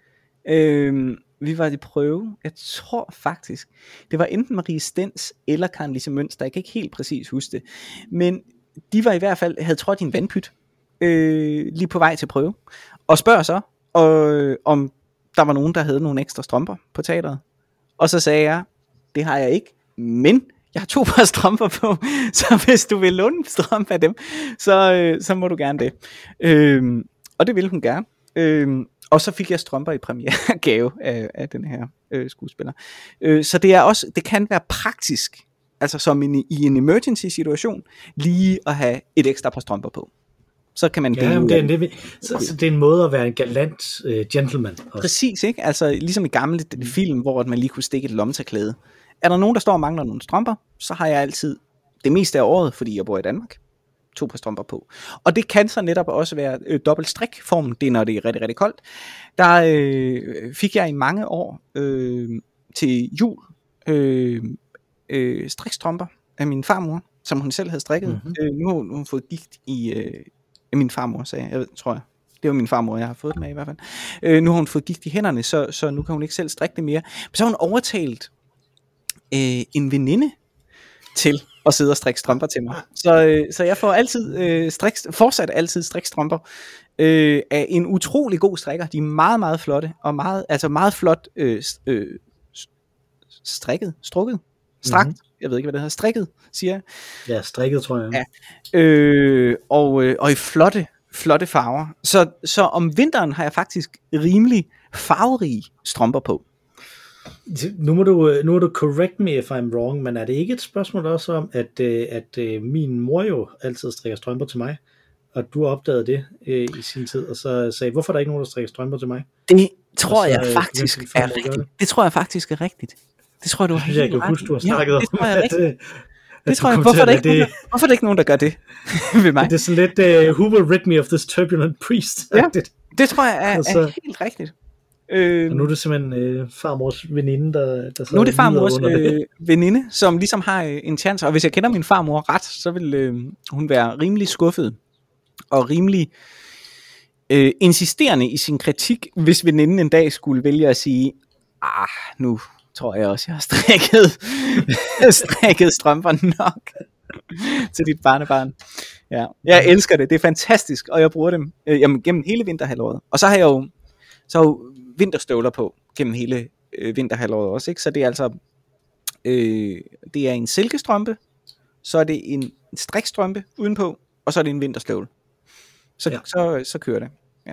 øh, vi var i prøve, jeg tror faktisk, det var enten Marie Stens eller Karen Lise Mønster, jeg kan ikke helt præcis huske det, men de var i hvert fald, havde trådt i en vandpyt, øh, lige på vej til prøve, og spørger så, og, om der var nogen, der havde nogle ekstra strømper på teateret, og så sagde jeg, det har jeg ikke, men jeg har to par strømper på, så hvis du vil låne en strømpe af dem, så, øh, så må du gerne det, øh, og det ville hun gerne, øh, og så fik jeg strømper i premieregave af, af den her øh, skuespiller. Øh, så det er også, det kan være praktisk, altså som en, i en emergency situation, lige at have et ekstra par strømper på. Så kan man ja, det, er, det, så, så det er en måde at være en galant øh, gentleman. Også. Præcis, ikke? Altså ligesom i gamle mm. film, hvor man lige kunne stikke et lommetørklæde. Er der nogen, der står og mangler nogle strømper, så har jeg altid det meste af året, fordi jeg bor i Danmark, to par strømper på. Og det kan så netop også være øh, dobbelt strikformen, det er når det er rigtig, rigtig koldt. Der øh, fik jeg i mange år øh, til jul øh, øh, strikstrømper af min farmor, som hun selv havde strikket. Mm-hmm. Øh, nu har hun, hun fået gigt i øh, min farmor, sagde jeg, jeg ved, tror jeg. Det var min farmor, jeg har fået dem af i hvert fald. Øh, nu har hun fået gigt i hænderne, så, så nu kan hun ikke selv strikke det mere. Men så har hun overtalt øh, en veninde til at sidde og strikke strømper til mig. Så, øh, så jeg får altid øh, strik, fortsat altid strikstrømper øh, af en utrolig god strikker. De er meget, meget flotte, og meget, altså meget flot øh, øh, strikket, strukket, strakt, mm-hmm. jeg ved ikke, hvad det hedder, strikket, siger jeg. Ja, strikket, tror jeg. Ja. Øh, og, øh, og i flotte, flotte farver. Så, så om vinteren har jeg faktisk rimelig farverige strømper på. Nu må du nu må du correct me if I'm wrong, men er det ikke et spørgsmål også om, at, at, at min mor jo altid strikker strømper til mig, og du opdagede det øh, i sin tid, og så sagde, hvorfor er der ikke nogen, der strikker strømper til mig? Det tror så, jeg faktisk er rigtigt. Det. det tror jeg faktisk er rigtigt. Det tror jeg, du har helt ret. Jeg kan huske, du har snakket ja, det om, tror jeg er rigtigt. Det, det tror jeg, hvorfor er, der ikke det... nogen, der, hvorfor er der ikke nogen, der gør det ved mig? Det er sådan lidt, uh, who will rid me of this turbulent priest? Ja, det tror jeg er, altså, er helt rigtigt. Øh, og nu er det simpelthen øh, farmors veninde, der, der nu er det farmors øh, veninde, som ligesom har øh, en chance, og hvis jeg kender min farmor ret, så vil øh, hun være rimelig skuffet, og rimelig øh, insisterende i sin kritik, hvis veninden en dag skulle vælge at sige, ah, nu tror jeg også, jeg har strikket, strikket strømper nok til dit barnebarn. Ja, jeg elsker det, det er fantastisk, og jeg bruger dem øh, jamen, gennem hele vinterhalvåret, og så har jeg jo, så har jeg jo vinterstøvler på gennem hele øh, vinterhalvåret også, ikke? Så det er altså øh, det er en silkestrømpe, så er det en strikstrømpe udenpå, og så er det en vinterstøvle. Så, ja. så, så kører det. Ja.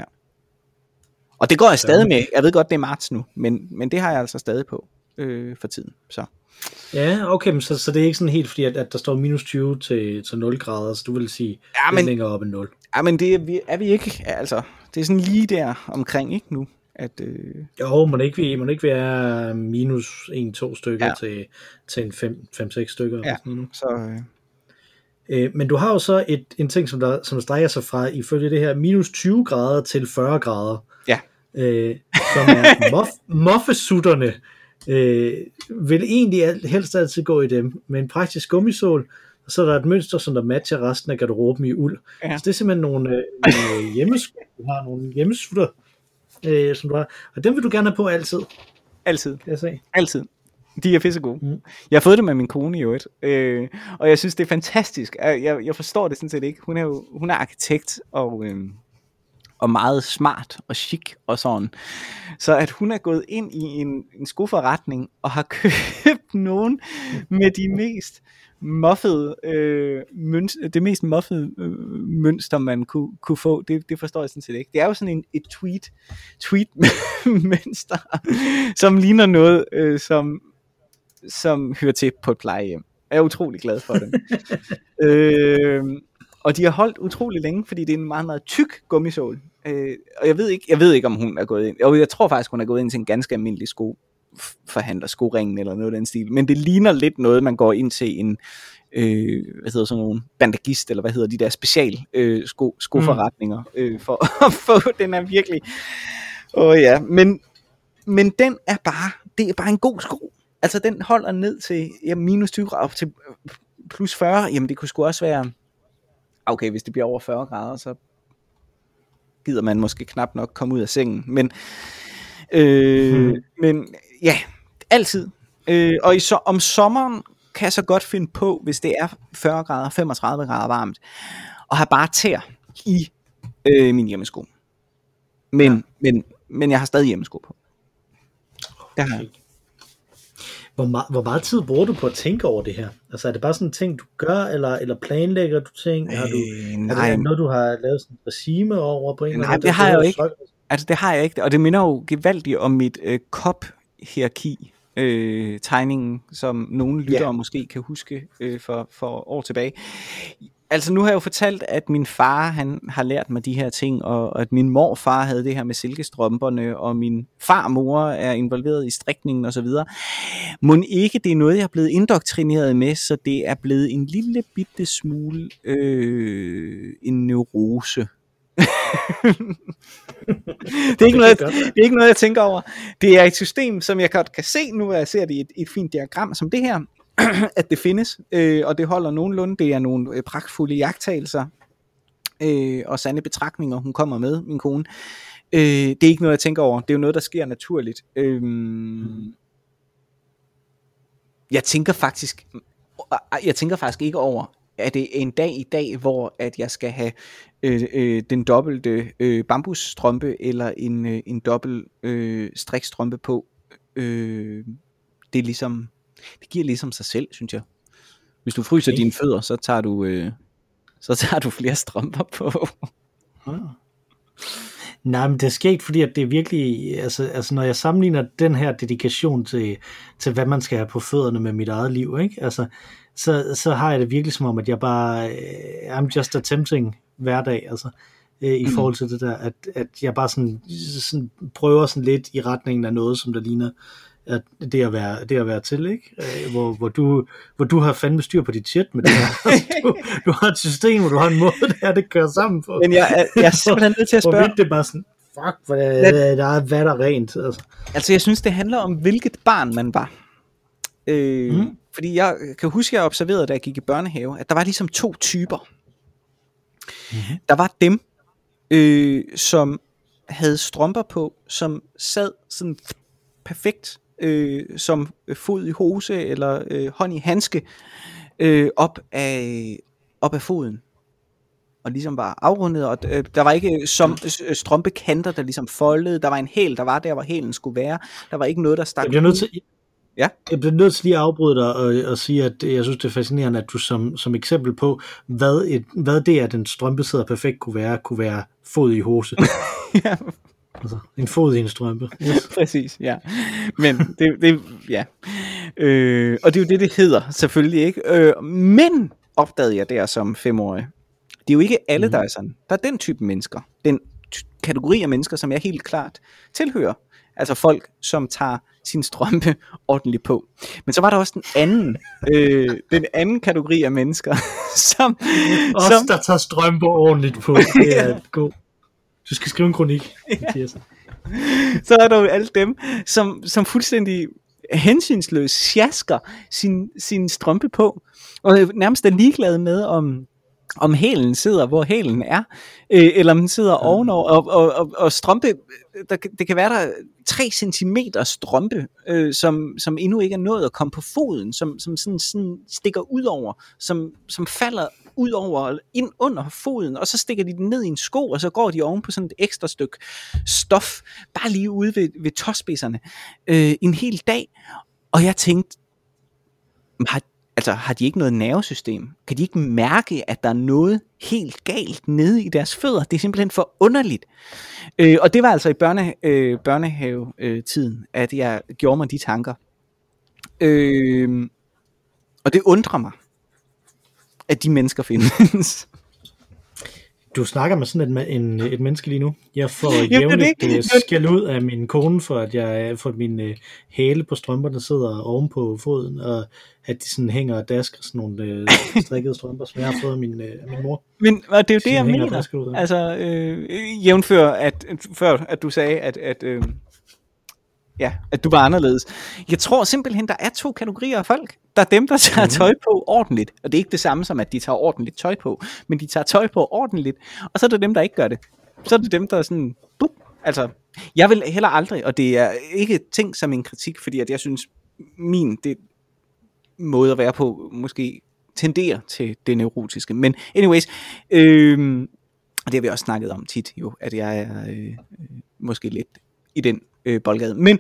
Og det går jeg stadig med. Jeg ved godt, det er marts nu, men, men det har jeg altså stadig på øh, for tiden. Så. Ja, okay, men så, så det er ikke sådan helt, fordi at, at der står minus tyve til, til nul grader, så du vil sige, ja, men, det er længere op end nul. Ja, men det er vi, er vi ikke, altså, det er sådan lige der omkring, ikke nu? At, øh... Jo, må det ikke, må det ikke være minus en til to stykker ja. til, til en fem seks stykker. Ja, sådan noget. så... Øh... Øh, men du har jo så et, en ting, som der, som strækker sig fra, ifølge det her, minus tyve grader til fyrre grader. Ja. Øh, som er mof, moffesutterne, øh, vil egentlig helst altid gå i dem, med en praktisk gummisål, og så er der et mønster, som der matcher resten af garderoben i uld. Ja. Så det er simpelthen nogle, øh, nogle hjemmesutter, du har nogle hjemmesutter, øh, som du har, og dem vil du gerne have på altid. Altid. Kan jeg se. Altid. De er pissegode. Mm. Jeg har fået det med min kone i øvrigt, øh, og jeg synes det er fantastisk. Jeg, jeg, jeg forstår det sådan set ikke. Hun er jo hun er arkitekt og øh, og meget smart og chic og sådan. Så at hun er gået ind i en, en skoforretning og har købt nogen med de mest muffede øh, mønster, det mest muffede øh, mønster man kunne, kunne få, det, det forstår jeg sådan set ikke. Det er jo sådan en, et tweet tweet mønster, som ligner noget øh, som som hører til på et plejehjem. Jeg er utrolig glad for det. øh, og de har holdt utrolig længe, fordi det er en meget, meget tyk gummisål. Øh, og jeg ved ikke, jeg ved ikke, om hun er gået ind. Jo, jeg tror faktisk, hun er gået ind til en ganske almindelig sko forhandler skoringen eller noget af den stil. Men det ligner lidt noget, man går ind til en, øh, hvad hedder sådan nogle, bandagist, eller hvad hedder de der special øh, sko, skoforretninger, øh, for at få, den er virkelig, åh oh ja, men, men den er bare, det er bare en god sko. Altså den holder ned til ja, minus tyve grader, op til plus fyrre, jamen det kunne sgu også være, okay, hvis det bliver over fyrre grader, så gider man måske knap nok komme ud af sengen, men øh, hmm. men ja, altid. Øh, og i so- om sommeren kan jeg så godt finde på, hvis det er fyrre grader, femogtredive grader varmt, og have bare tær i øh, min hjemmesko. Men, ja. men, men jeg har stadig hjemmesko på. Der har jeg. Hvor, ma- hvor meget tid bruger du på at tænke over det her? Altså er det bare sådan en ting, du gør, eller, eller planlægger du ting? Øh, har du, nej. Er det noget, du har lavet sådan et regime over på en Nej, det har jeg jo ikke. Altså det har jeg ikke, og det minder jo gevaldigt om mit øh, kop-hierarki, øh, tegningen, som nogle lyttere yeah. måske kan huske øh, for, for år tilbage. Altså nu har jeg jo fortalt, at min far, han har lært mig de her ting, og at min morfar havde det her med silkestrømperne, og min farmor er involveret i strikningen og så videre. Mon ikke det er noget, jeg er blevet indoktrineret med, så det er blevet en lille bitte smule øh, en neurose. det, er ikke noget, jeg, det er ikke noget, jeg tænker over. Det er et system, som jeg godt kan se nu, jeg ser det i et, et fint diagram som det her, at det findes, øh, og det holder nogenlunde. Det er nogle øh, pragtfulde iagttagelser øh, og sande betragtninger, hun kommer med, min kone. Øh, det er ikke noget, jeg tænker over. Det er jo noget, der sker naturligt. Øh, mm. Jeg tænker faktisk, jeg tænker faktisk ikke over, at det er en dag i dag, hvor at jeg skal have øh, øh, den dobbelte øh, bambusstrømpe eller en øh, en dobbelt øh, strikstrømpe på. Øh, det er ligesom Det giver ligesom sig selv, synes jeg. Hvis du fryser okay. dine fødder, så tager du øh, så tager du flere strømper på. Ah. Nej, men det er sket, fordi at det er virkelig, altså, altså når jeg sammenligner den her dedikation til, til hvad man skal have på fødderne med mit eget liv, ikke? Altså, så, så har jeg det virkelig som om, at jeg bare, uh, I'm just attempting hverdag, altså, uh, i mm. forhold til det der, at, at jeg bare sådan, sådan prøver sådan lidt i retningen af noget, som der ligner, at det at være det at være til, ikke? Hvor, hvor du hvor du har fandme styr på dit shit med det her. Du, du har et system, hvor du har en måde, det her det kører sammen på. Men jeg, jeg er simpelthen nødt til at spørge. Hvor det er bare sådan, fuck, hvad der, der er hvad der er rent. Altså. altså jeg synes det handler om hvilket barn man var. Øh, mm. Fordi jeg kan huske, jeg observerede, da jeg gik i børnehave, at der var ligesom to typer. Mm-hmm. Der var dem, øh, som havde strømper på, som sad sådan perfekt. Øh, som fod i hose eller øh, hånd i handske øh, op af op af foden og ligesom var afrundet, og øh, der var ikke som øh, strømpekanter der ligesom foldede, der var en hæl der var der hvor hælen skulle være, der var ikke noget der stak. Jeg bliver nødt til, ja? jeg bliver nødt til lige at afbryde dig og, og sige at jeg synes det er fascinerende at du som, som eksempel på hvad, et, hvad det er at den strømpe sidder perfekt kunne være kunne være fod i hose. Ja. Altså, en fod i en strømpe. Yes. Præcis, ja. Men det, det ja. Øh, og det er jo det, det hedder, selvfølgelig ikke. Øh, men opdagede jeg der som femårig. Det er jo ikke alle, mm. der er sådan. Der er den type mennesker. Den ty- kategori af mennesker, som jeg helt klart tilhører. Altså folk, som tager sin strømpe ordentligt på. Men så var der også den anden, øh, den anden kategori af mennesker, som... Os, som, der tager strømpe ordentligt på. Det er god. Du skal skrive en kronik. Ja. Så er der jo alle dem, som, som fuldstændig hensynsløst sjasker sin, sin strømpe på, og nærmest er ligeglade med, om, om hælen sidder, hvor hælen er, øh, eller om den sidder ja. ovenover, og, og, og, og strømpe, der, det kan være der tre centimeter strømpe, øh, som, som endnu ikke er nået at komme på foden, som, som sådan, sådan stikker ud over, som, som falder ud over, ind under foden, og så stikker de den ned i en sko, og så går de oven på sådan et ekstra stykke stof, bare lige ude ved, ved tåspidserne, øh, en hel dag, og jeg tænkte, har, altså, har de ikke noget nervesystem? Kan de ikke mærke, at der er noget helt galt nede i deres fødder? Det er simpelthen for underligt. Øh, og det var altså i børne, øh, børnehave-tiden, at jeg gjorde mig de tanker. Øh, og det undrer mig, at de mennesker findes. du snakker med sådan et, en, et menneske lige nu. Jeg får jævnligt skæld ud af min kone, for at jeg får min uh, hæle på strømperne sidder oven på foden, og at de sådan hænger og dasker sådan nogle uh, strikkede strømper, som jeg har fået af min, uh, min mor. Men og det er jo det, jeg mener. Altså, øh, jævnfør, at, før at du sagde, at, at, øh, ja, at du var anderledes. Jeg tror simpelthen, der er to kategorier af folk. Der er dem, der tager tøj på ordentligt, og det er ikke det samme som, at de tager ordentligt tøj på, men de tager tøj på ordentligt, og så er det dem, der ikke gør det. Så er det dem, der er sådan, bup. Altså, jeg vil heller aldrig, og det er ikke ting som en kritik, fordi at jeg synes, min det, måde at være på, måske tenderer til det neurotiske. Men anyways, øh, og det har vi også snakket om tit, jo, at jeg er øh, måske lidt i den øh, boldgade. Men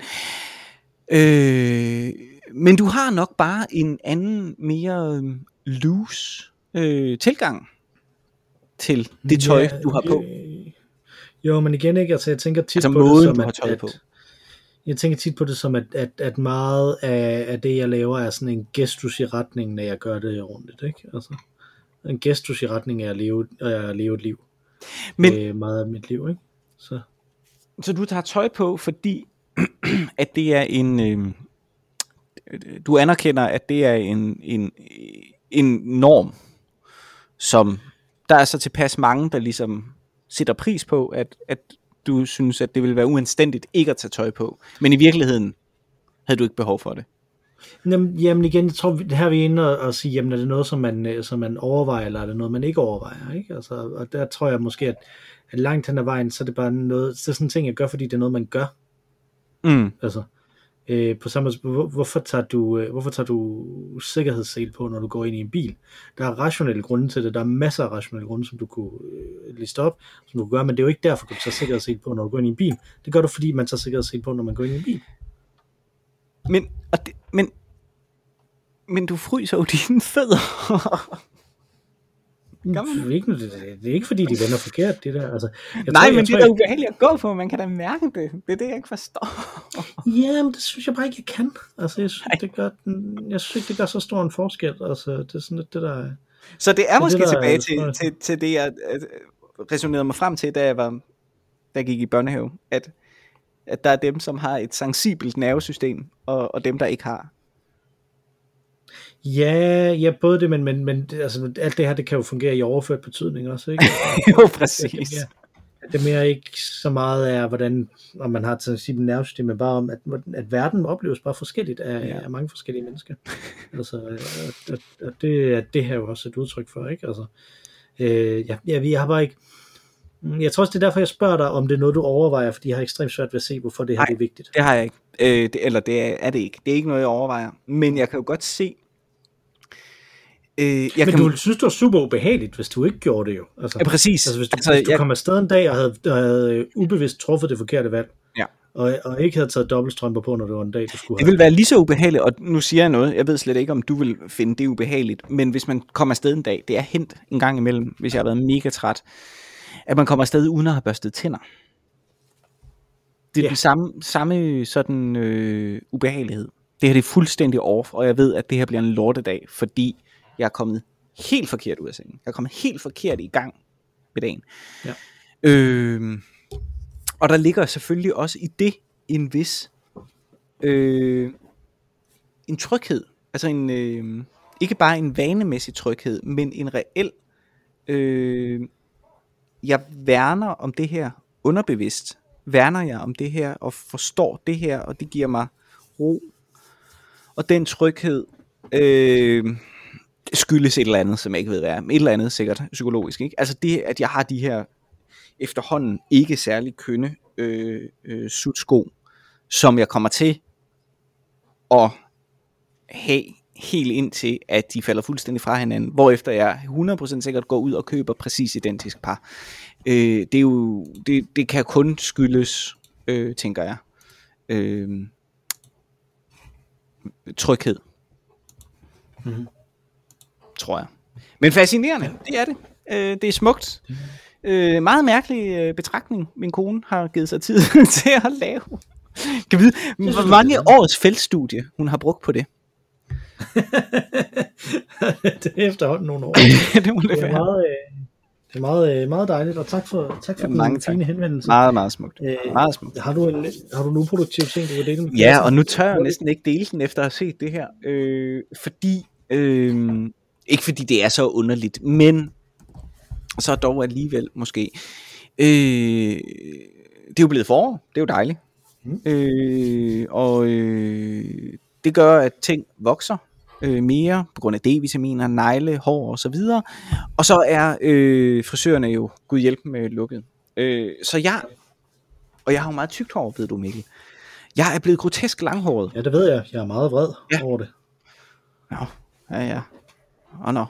øh, Men du har nok bare en anden, mere loose øh, tilgang til det tøj, ja, du har på. Øh, jo, men igen ikke, altså jeg tænker tit altså på måden, det som, du har at, tøjet på. Jeg tænker tit på det som, at, at, at meget af, af det, jeg laver, er sådan en gestus i retningen, når jeg gør det ordentligt, ikke? Altså, en gestus i retningen af at leve, at leve et liv. Men, øh, meget af mit liv, ikke? Så, så du tager tøj på, fordi at det er en... Øh, du anerkender, at det er en, en, en norm, som der er så tilpas mange, der ligesom sætter pris på, at, at du synes, at det ville være uanstændigt ikke at tage tøj på. Men i virkeligheden havde du ikke behov for det. Jamen, jamen igen, jeg tror, det her vi er inde og, og sige, jamen er det noget, som man, som man overvejer, eller er det noget, man ikke overvejer, ikke? Altså, og der tror jeg måske, at, at langt hen ad vejen, så er det bare noget, så er sådan en ting, jeg gør, fordi det er noget, man gør. Mm. Altså, øh, på samme måde, hvor, hvorfor tager du, øh, hvorfor tager du sikkerhedssele på, når du går ind i en bil? Der er rationelle grunde til det, der er masser af rationelle grunde, som du kunne øh, liste op, som du kunne gøre, men det er jo ikke derfor, du tager sikkerhedssele på, når du går ind i en bil. Det gør du, fordi man tager sikkerhedssele på, når man går ind i en bil. Men, og det, men, men du fryser jo dine fødder. Det er, ikke, det, det er ikke fordi de vender forkert det der. Altså, jeg Nej, tror, men tror, det er da ubehageligt at gå på. Man kan da mærke det. Det er det jeg ikke forstår. Ja, men det synes jeg bare ikke jeg kan. Altså jeg synes, det gør, jeg synes ikke det gør så stor en forskel. Altså det er sådan lidt det der. Så det er måske det, der, tilbage til, til, til det jeg resonerede mig frem til, da jeg var da jeg gik i børnehave, at at der er dem som har et sensibelt nervesystem og, og dem der ikke har. Ja, ja, både det, men, men, men altså, alt det her, det kan jo fungere i overført betydning også, ikke? Jo, præcis. Det er, mere, det er mere ikke så meget af, hvordan, om man har et sensibelt nervesystem, men bare om, at, at verden opleves bare forskelligt af, ja. af mange forskellige mennesker. Altså, og, og det er det her jo også et udtryk for, ikke? Altså, øh, ja, ja, vi har bare ikke, jeg tror også, det er derfor, jeg spørger dig, om det er noget, du overvejer, fordi jeg har ekstremt svært ved at se, hvorfor det her Nej, det er vigtigt. det har jeg ikke. Øh, det, eller det er, er det ikke. Det er ikke noget, jeg overvejer. Men jeg kan jo godt se, Øh, jeg men kan... du synes, det var super ubehageligt, hvis du ikke gjorde det jo. Altså, ja, præcis. Altså, hvis du, altså, hvis du jeg... kom afsted en dag og havde, havde ubevidst truffet det forkerte valg, ja. og, og ikke havde taget dobbeltstrømper på, når det var en dag, du skulle have. Det ville være lige så ubehageligt, og nu siger jeg noget, jeg ved slet ikke, om du vil finde det ubehageligt, men hvis man kommer afsted en dag, det er hent en gang imellem, hvis jeg har været mega træt, at man kommer afsted uden at have børstet tænder. Det er ja. den samme, samme sådan øh, ubehagelighed. Det her det er fuldstændig off, og jeg ved, at det her bliver en lortedag, fordi jeg er kommet helt forkert ud af sengen. Jeg er kommet helt forkert i gang med dagen. Ja. Øh, og der ligger selvfølgelig også i det en vis øh, en tryghed. Altså en øh, ikke bare en vanemæssig tryghed, men en reel øh, jeg værner om det her underbevidst. Værner jeg om det her og forstår det her, og det giver mig ro. Og den tryghed øh, skyldes et eller andet, som jeg ikke ved hvad er. Et eller andet sikkert psykologisk, ikke? Altså det, at jeg har de her efterhånden ikke særlig kønne øh, øh, sutsko, som jeg kommer til at have helt indtil, at de falder fuldstændig fra hinanden, hvorefter jeg hundrede procent sikkert går ud og køber præcis identisk par. Øh, det er jo, det, det kan kun skyldes, øh, tænker jeg, øh, tryghed. Mm-hmm. Tror jeg. Men fascinerende, det er det. Øh, det er smukt. Øh, meget mærkelig øh, betragtning, min kone har givet sig tid til at lave. Kan vide, hvor mange års feltstudie hun har brugt på det? Det er efterhånden nogle år. Det må det, det er meget, øh, Det er meget, meget dejligt, og tak for, tak for ja, den fine henvendelse. Meget, meget smukt. Øh, meget smukt. Har du en, har du en uproduktiv ting, du vil dele med? Ja, og nu tør jeg næsten ikke dele den, efter at have set det her. Øh, fordi, øh, ikke fordi det er så underligt, men så dog alligevel måske. Øh, det er jo blevet forår, det er jo dejligt. Mm. Øh, og øh, det gør, at ting vokser øh, mere på grund af D-vitaminer, negle, hår og så videre. Og så er øh, frisørerne jo gud hjælp med lukket. Øh, så jeg, og jeg har jo meget tykt hår, ved du Mikkel. Jeg er blevet grotesk langhåret. Ja, det ved jeg. Jeg er meget vred ja. over det. Ja, ja, ja. Åh, oh, no.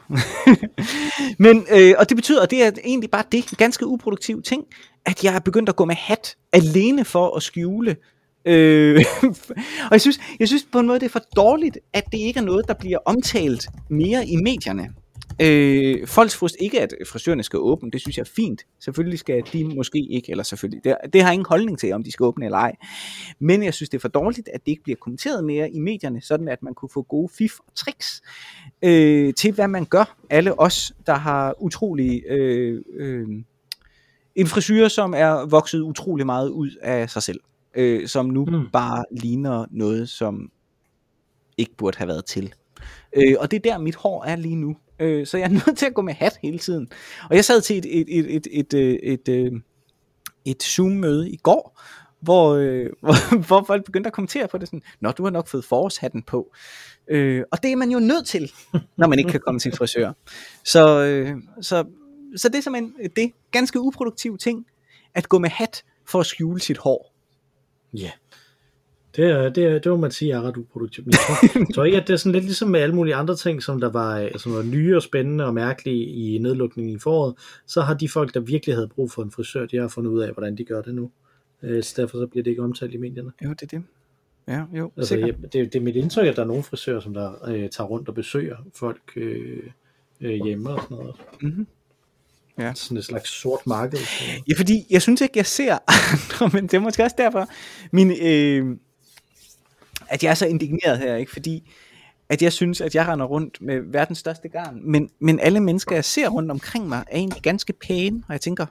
Men, øh, og det betyder, at det er egentlig bare det, en ganske uproduktiv ting, at jeg er begyndt at gå med hat, alene for at skjule. Øh, og jeg synes, jeg synes på en måde, det er for dårligt, at det ikke er noget, der bliver omtalt mere i medierne. Øh, folks frust ikke, at frisørerne skal åbne, det synes jeg er fint. Selvfølgelig skal de måske ikke, eller selvfølgelig, det, det har jeg ingen holdning til, om de skal åbne eller ej. Men jeg synes, det er for dårligt, at det ikke bliver kommenteret mere i medierne, sådan at man kunne få gode fif og tricks øh, til, hvad man gør. Alle os, der har utrolig øh, øh, en frisyr, som er vokset utrolig meget ud af sig selv, øh, som nu mm. bare ligner noget, som ikke burde have været til. Øh, og det er der, mit hår er lige nu. Øh, så jeg er nødt til at gå med hat hele tiden. Og jeg sad til et, et, et, et, et, et, et, et Zoom-møde i går, hvor, øh, hvor, hvor folk begyndte at kommentere på det sådan, nå, du har nok fået forårshatten på. Øh, og det er man jo nødt til, når man ikke kan komme til frisør. Så, øh, så, så det er simpelthen det ganske uproduktive ting, at gå med hat for at skjule sit hår. Ja. Yeah. Det, er, det, er, det må man sige er ret uproduktivt. Jeg tror, jeg tror ikke, at det er sådan lidt ligesom med alle mulige andre ting, som der var, som var nye og spændende og mærkelige i nedlukningen i foråret, så har de folk, der virkelig havde brug for en frisør, de har fundet ud af, hvordan de gør det nu. Så derfor så bliver det ikke omtalt i medierne. Jo, det er det. Ja, jo, altså, jeg, det, det er mit indtryk, at der er nogle frisører, som der øh, tager rundt og besøger folk øh, øh, hjemme og sådan noget. Mm-hmm. Ja. Sådan et slags sort marked. Ja, fordi jeg synes ikke, jeg ser andre, men det er måske også derfor, min... Øh, at jeg er så indigneret her, ikke? Fordi at jeg synes, at jeg render rundt med verdens største garn, men, men alle mennesker, jeg ser rundt omkring mig, er egentlig ganske pæne, og jeg tænker,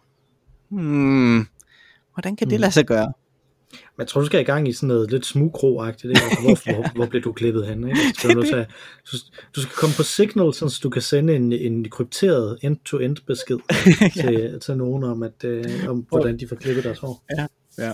hmm, hvordan kan det lade sig gøre? Men jeg tror, du skal i gang i sådan noget lidt smugkro-agtigt, ikke? Altså, hvor, hvor, hvor bliver du klippet hen, ikke? Altså, du, tage, du, du skal komme på Signal, så du kan sende en, en krypteret end-to-end besked til, ja. til nogen om, at, øh, om hvordan de får klippet deres hår. Ja, ja.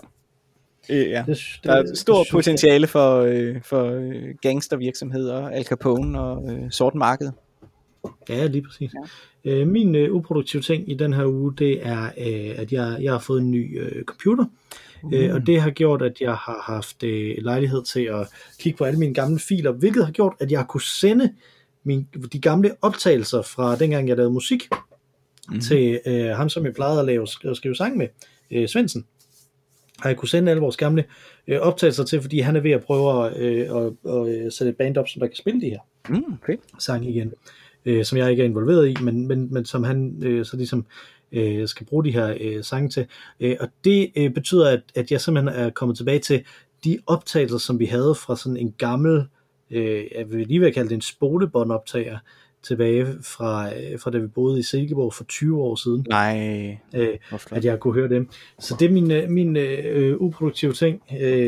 Ja, det, der er et stort potentiale for, øh, for gangstervirksomheder, Al Capone og øh, sort marked. Ja, lige præcis. Ja. Øh, min øh, uproduktive ting i den her uge, det er, øh, at jeg, jeg har fået en ny øh, computer, mm. øh, og det har gjort, at jeg har haft øh, lejlighed til at kigge på alle mine gamle filer, hvilket har gjort, at jeg har kunne sende min, de gamle optagelser fra dengang, jeg lavede musik, mm. til øh, ham, som jeg plejede at lave og skrive sang med, øh, Svendsen. Har jeg kunne sende alle vores gamle øh, optagelser til, fordi han er ved at prøve at, øh, at, at, at sætte et band op, som der kan spille de her mm, okay. sange igen, øh, som jeg ikke er involveret i, men, men, men som han øh, så ligesom øh, skal bruge de her øh, sange til. Øh, og det øh, betyder, at, at jeg simpelthen er kommet tilbage til de optagelser, som vi havde fra sådan en gammel, øh, jeg vil lige vil kalde det en spolebåndoptager, tilbage fra, fra da vi boede i Silkeborg for tyve år siden. Nej, øh, at jeg kunne høre dem. Så det er min, min øh, uproduktive ting.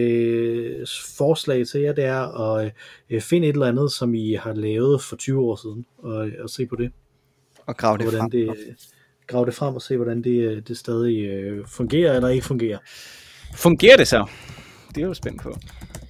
Øh, forslag til jer, det er at øh, finde et eller andet, som I har lavet for tyve år siden, og, og se på det. Og grave det frem. Det, grave det frem og se, hvordan det, det stadig øh, fungerer eller ikke fungerer. Fungerer det så? Det er jo spændt på.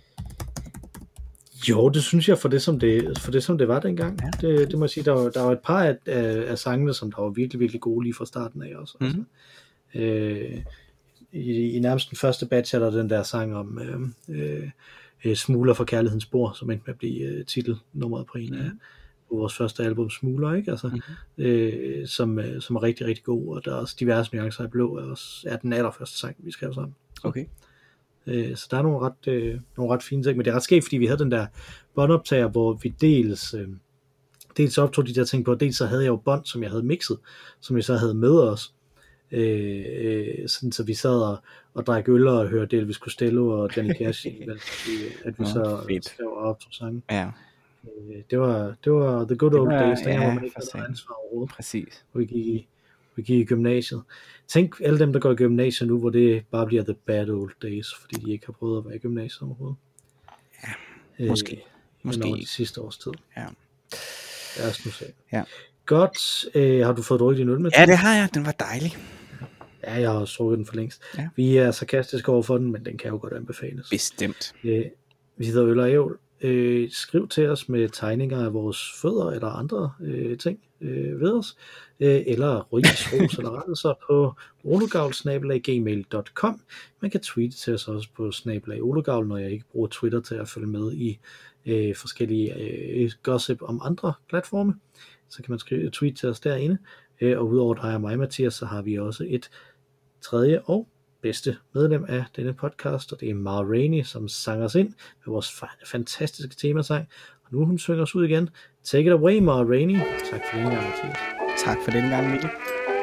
Jo, det synes jeg, for det som det, for det, som det var dengang. Ja. Det, det må jeg sige, der var, der var et par af, af, af sangene, som der var virkelig, virkelig gode lige fra starten af også. Mm-hmm. Altså, øh, i, I nærmest den første batch er der den der sang om øh, øh, Smugler for kærlighedens spor, som endte med at blive øh, titelnummeret på en af mm-hmm. på vores første album, Smugler, ikke? Altså, mm-hmm. øh, som, øh, som er rigtig, rigtig god, og der er også diverse nuancer i blå, er, også, er den allerførste sang, vi skrev sammen. Okay. Så der er nogle ret, øh, nogle ret fine ting, men det er ret skægt, fordi vi havde den der båndoptager, hvor vi dels, øh, dels optog de der ting på, og dels så havde jeg jo bånd, som jeg havde mixet, som vi så havde med os, øh, øh, sådan så vi sad og, og drak øl og hørte Elvis Costello og Johnny Cash, at vi, at vi så skrev og optog sange. Ja. Øh, det var det var the good old days, der ja, hvor man ikke havde ansvar overhovedet. Præcis. Hvor vi gik i vi gik i gymnasiet. Tænk alle dem, der går i gymnasiet nu, hvor det bare bliver the bad old days, fordi de ikke har prøvet at være i gymnasiet overhovedet. Ja, måske. Øh, måske over de sidste års tid. Ja. Lad os nu se. Ja. Godt. Øh, har du fået drukket din øl med? Ja, det har jeg. Den var dejlig. Ja, jeg har drukket den for længst. Ja. Vi er sarkastiske over for den, men den kan jo godt anbefales. Bestemt. Øh, vi hedder Øl og Ævl. Øh, skriv til os med tegninger af vores fødder eller andre øh, ting øh, ved os, øh, eller ris, ros eller rettelser på ologavl snabel-a gmail punktum com. Man kan tweete til os også på snabel-a ologavl, når jeg ikke bruger Twitter til at følge med i øh, forskellige øh, gossip om andre platforme. Så kan man skrive tweet til os derinde. Øh, og udover dig og mig, Mathias, så har vi også et tredje og bedste medlem af denne podcast, og det er Mara Rainey, som sang os ind med vores fa- fantastiske temasang. Og nu hun synger os ud igen. Take it away, Mara Rainey. Tak for denne gang, Mathias. Tak for denne gang, Mikkel.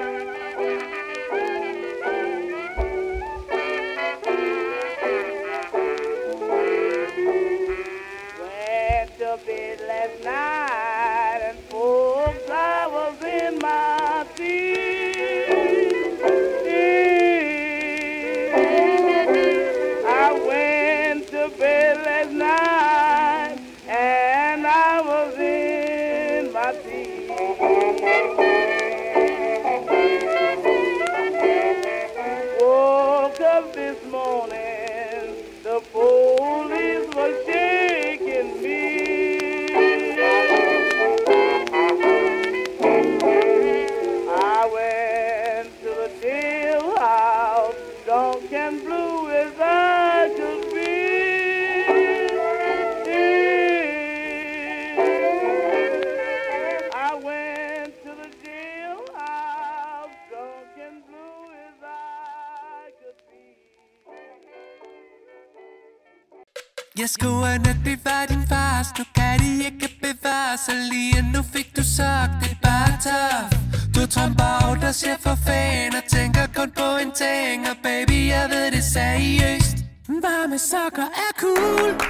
Went to bed last night and folks, I was in my seat. I went to bed last night and I was in my seat. Woke up this morning, the police were shaking me. I went to the jailhouse, drunk and blue as I could be. I went to the jailhouse, drunk and blue as I could be. Jeg skriver, at det var din fars. Nu kan de ikke bevare sig lige. Nu fik du sagt, det er bare tough. Du tromper out og siger for fan og tænker kun på en ting. Og baby, jeg ved det seriøst. Varme sokker er cool.